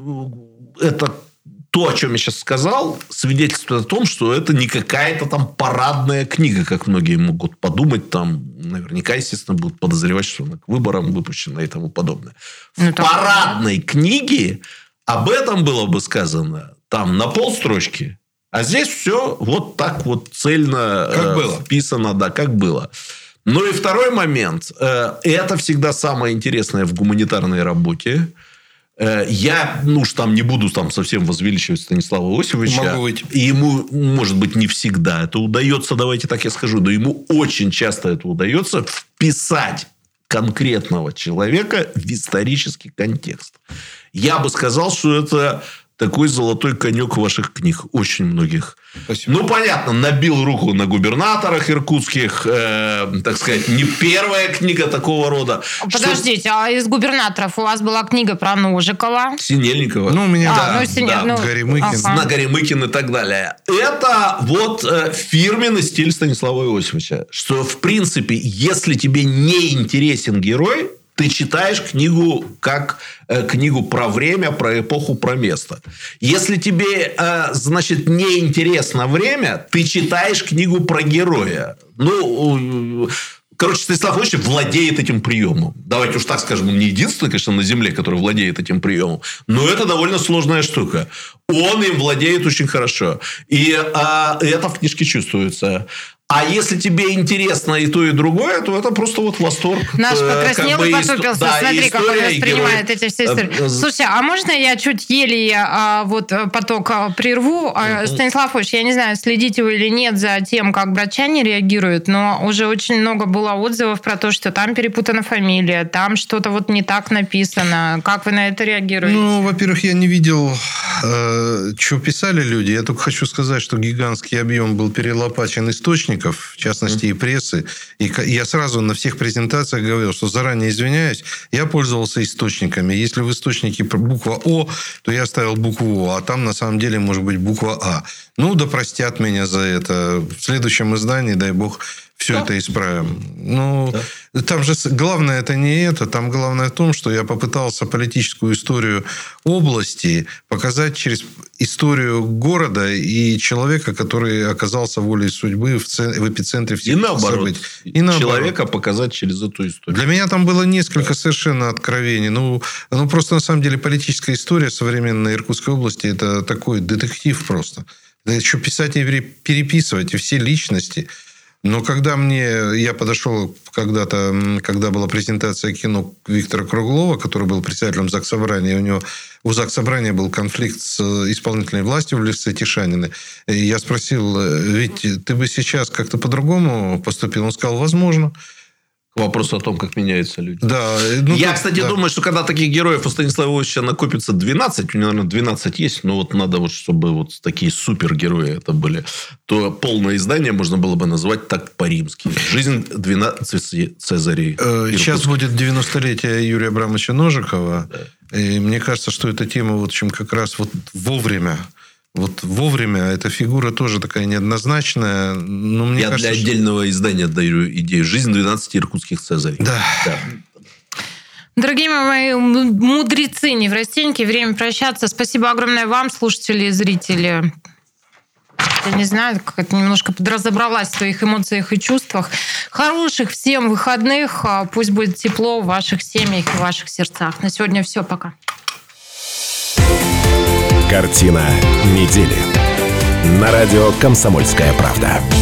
это... То, о чем я сейчас сказал, свидетельствует о том, что это не какая-то там парадная книга, как многие могут подумать. Там наверняка, естественно, будут подозревать, что она к выборам выпущена и тому подобное. В парадной книге об этом было бы сказано там на полстрочки. А здесь все вот так вот цельно вписано, как было. Ну и второй момент. Это всегда самое интересное в гуманитарной работе. Я, там не буду совсем возвеличивать Станислава Иосифовича. И ему, может быть, не всегда это удается, давайте так я скажу, но ему очень часто это удается вписать конкретного человека в исторический контекст. Я бы сказал, что это такой золотой конек ваших книг. Очень многих. Спасибо. Понятно, набил руку на губернаторах иркутских. Так сказать, не первая книга такого рода. Подождите, а из губернаторов у вас была книга про Ножикова? Синельникова. У меня, Горемыкин. На Горемыкин и так далее. Это вот фирменный стиль Станислава Иосифовича. Что, в принципе, если тебе не интересен герой, ты читаешь книгу как книгу про время, про эпоху, про место. Если тебе, не интересно время, ты читаешь книгу про героя. Станислав Ильич владеет этим приемом. Давайте уж так скажем, он не единственный, конечно, на Земле, который владеет этим приемом. Но это довольно сложная штука. Он им владеет очень хорошо. И это в книжке чувствуется. А если тебе интересно и то, и другое, то это просто восторг. Наш покраснел и потупился. Смотри, как он воспринимает эти все истории. Слушай, а можно я чуть еле поток прерву? Станислав Ильич, я не знаю, следите вы или нет за тем, как братчане реагируют, но уже очень много было отзывов про то, что там перепутана фамилия, там что-то не так написано. Как вы на это реагируете? Во-первых, я не видел, что писали люди. Я только хочу сказать, что гигантский объем был перелопачен источник, в частности, и прессы. И я сразу на всех презентациях говорил, что заранее извиняюсь, я пользовался источниками. Если в источнике буква О, то я ставил букву О, а там на самом деле может быть буква А. Да простят меня за это. В следующем издании, дай бог, все это исправим. Ну, там же главное это не это. Там главное в том, что я попытался политическую историю области показать через историю города и человека, который оказался волей судьбы в эпицентре всех событий. И наоборот. Человека показать через эту историю. Для меня там было несколько совершенно откровений. Ну, просто на самом деле политическая история современной Иркутской области – это такой детектив просто. Это еще писать и переписывать, и все личности. Но когда я подошел когда-то, когда была презентация кино Виктора Круглова, который был председателем Заксобрания, у Заксобрания был конфликт с исполнительной властью в лице Тишанина. И я спросил, ведь ты бы сейчас как-то по-другому поступил? Он сказал, возможно. К вопросу о том, как меняются люди. Да. Я, кстати, думаю, что когда таких героев у Станислава Ильича накопится 12, у него, наверное, 12 есть, но вот надо, чтобы вот такие супергерои это были, то полное издание можно было бы назвать так по-римски. «Жизнь 12 Цезарей». Сейчас будет 90-летие Юрия Абрамовича Ножикова. Да. И мне кажется, что эта тема, в общем, как раз вот вовремя. Вот вовремя эта фигура тоже такая неоднозначная. Но мне кажется, для отдельного издания даю идею. «Жизнь 12 иркутских Цезарей». Да. Дорогие мои мудрецы неврастеньки, время прощаться. Спасибо огромное вам, слушатели и зрители. Я не знаю, как это немножко подразобралась в своих эмоциях и чувствах. Хороших всем выходных. Пусть будет тепло в ваших семьях и в ваших сердцах. На сегодня все. Пока. Картина недели. На радио «Комсомольская правда».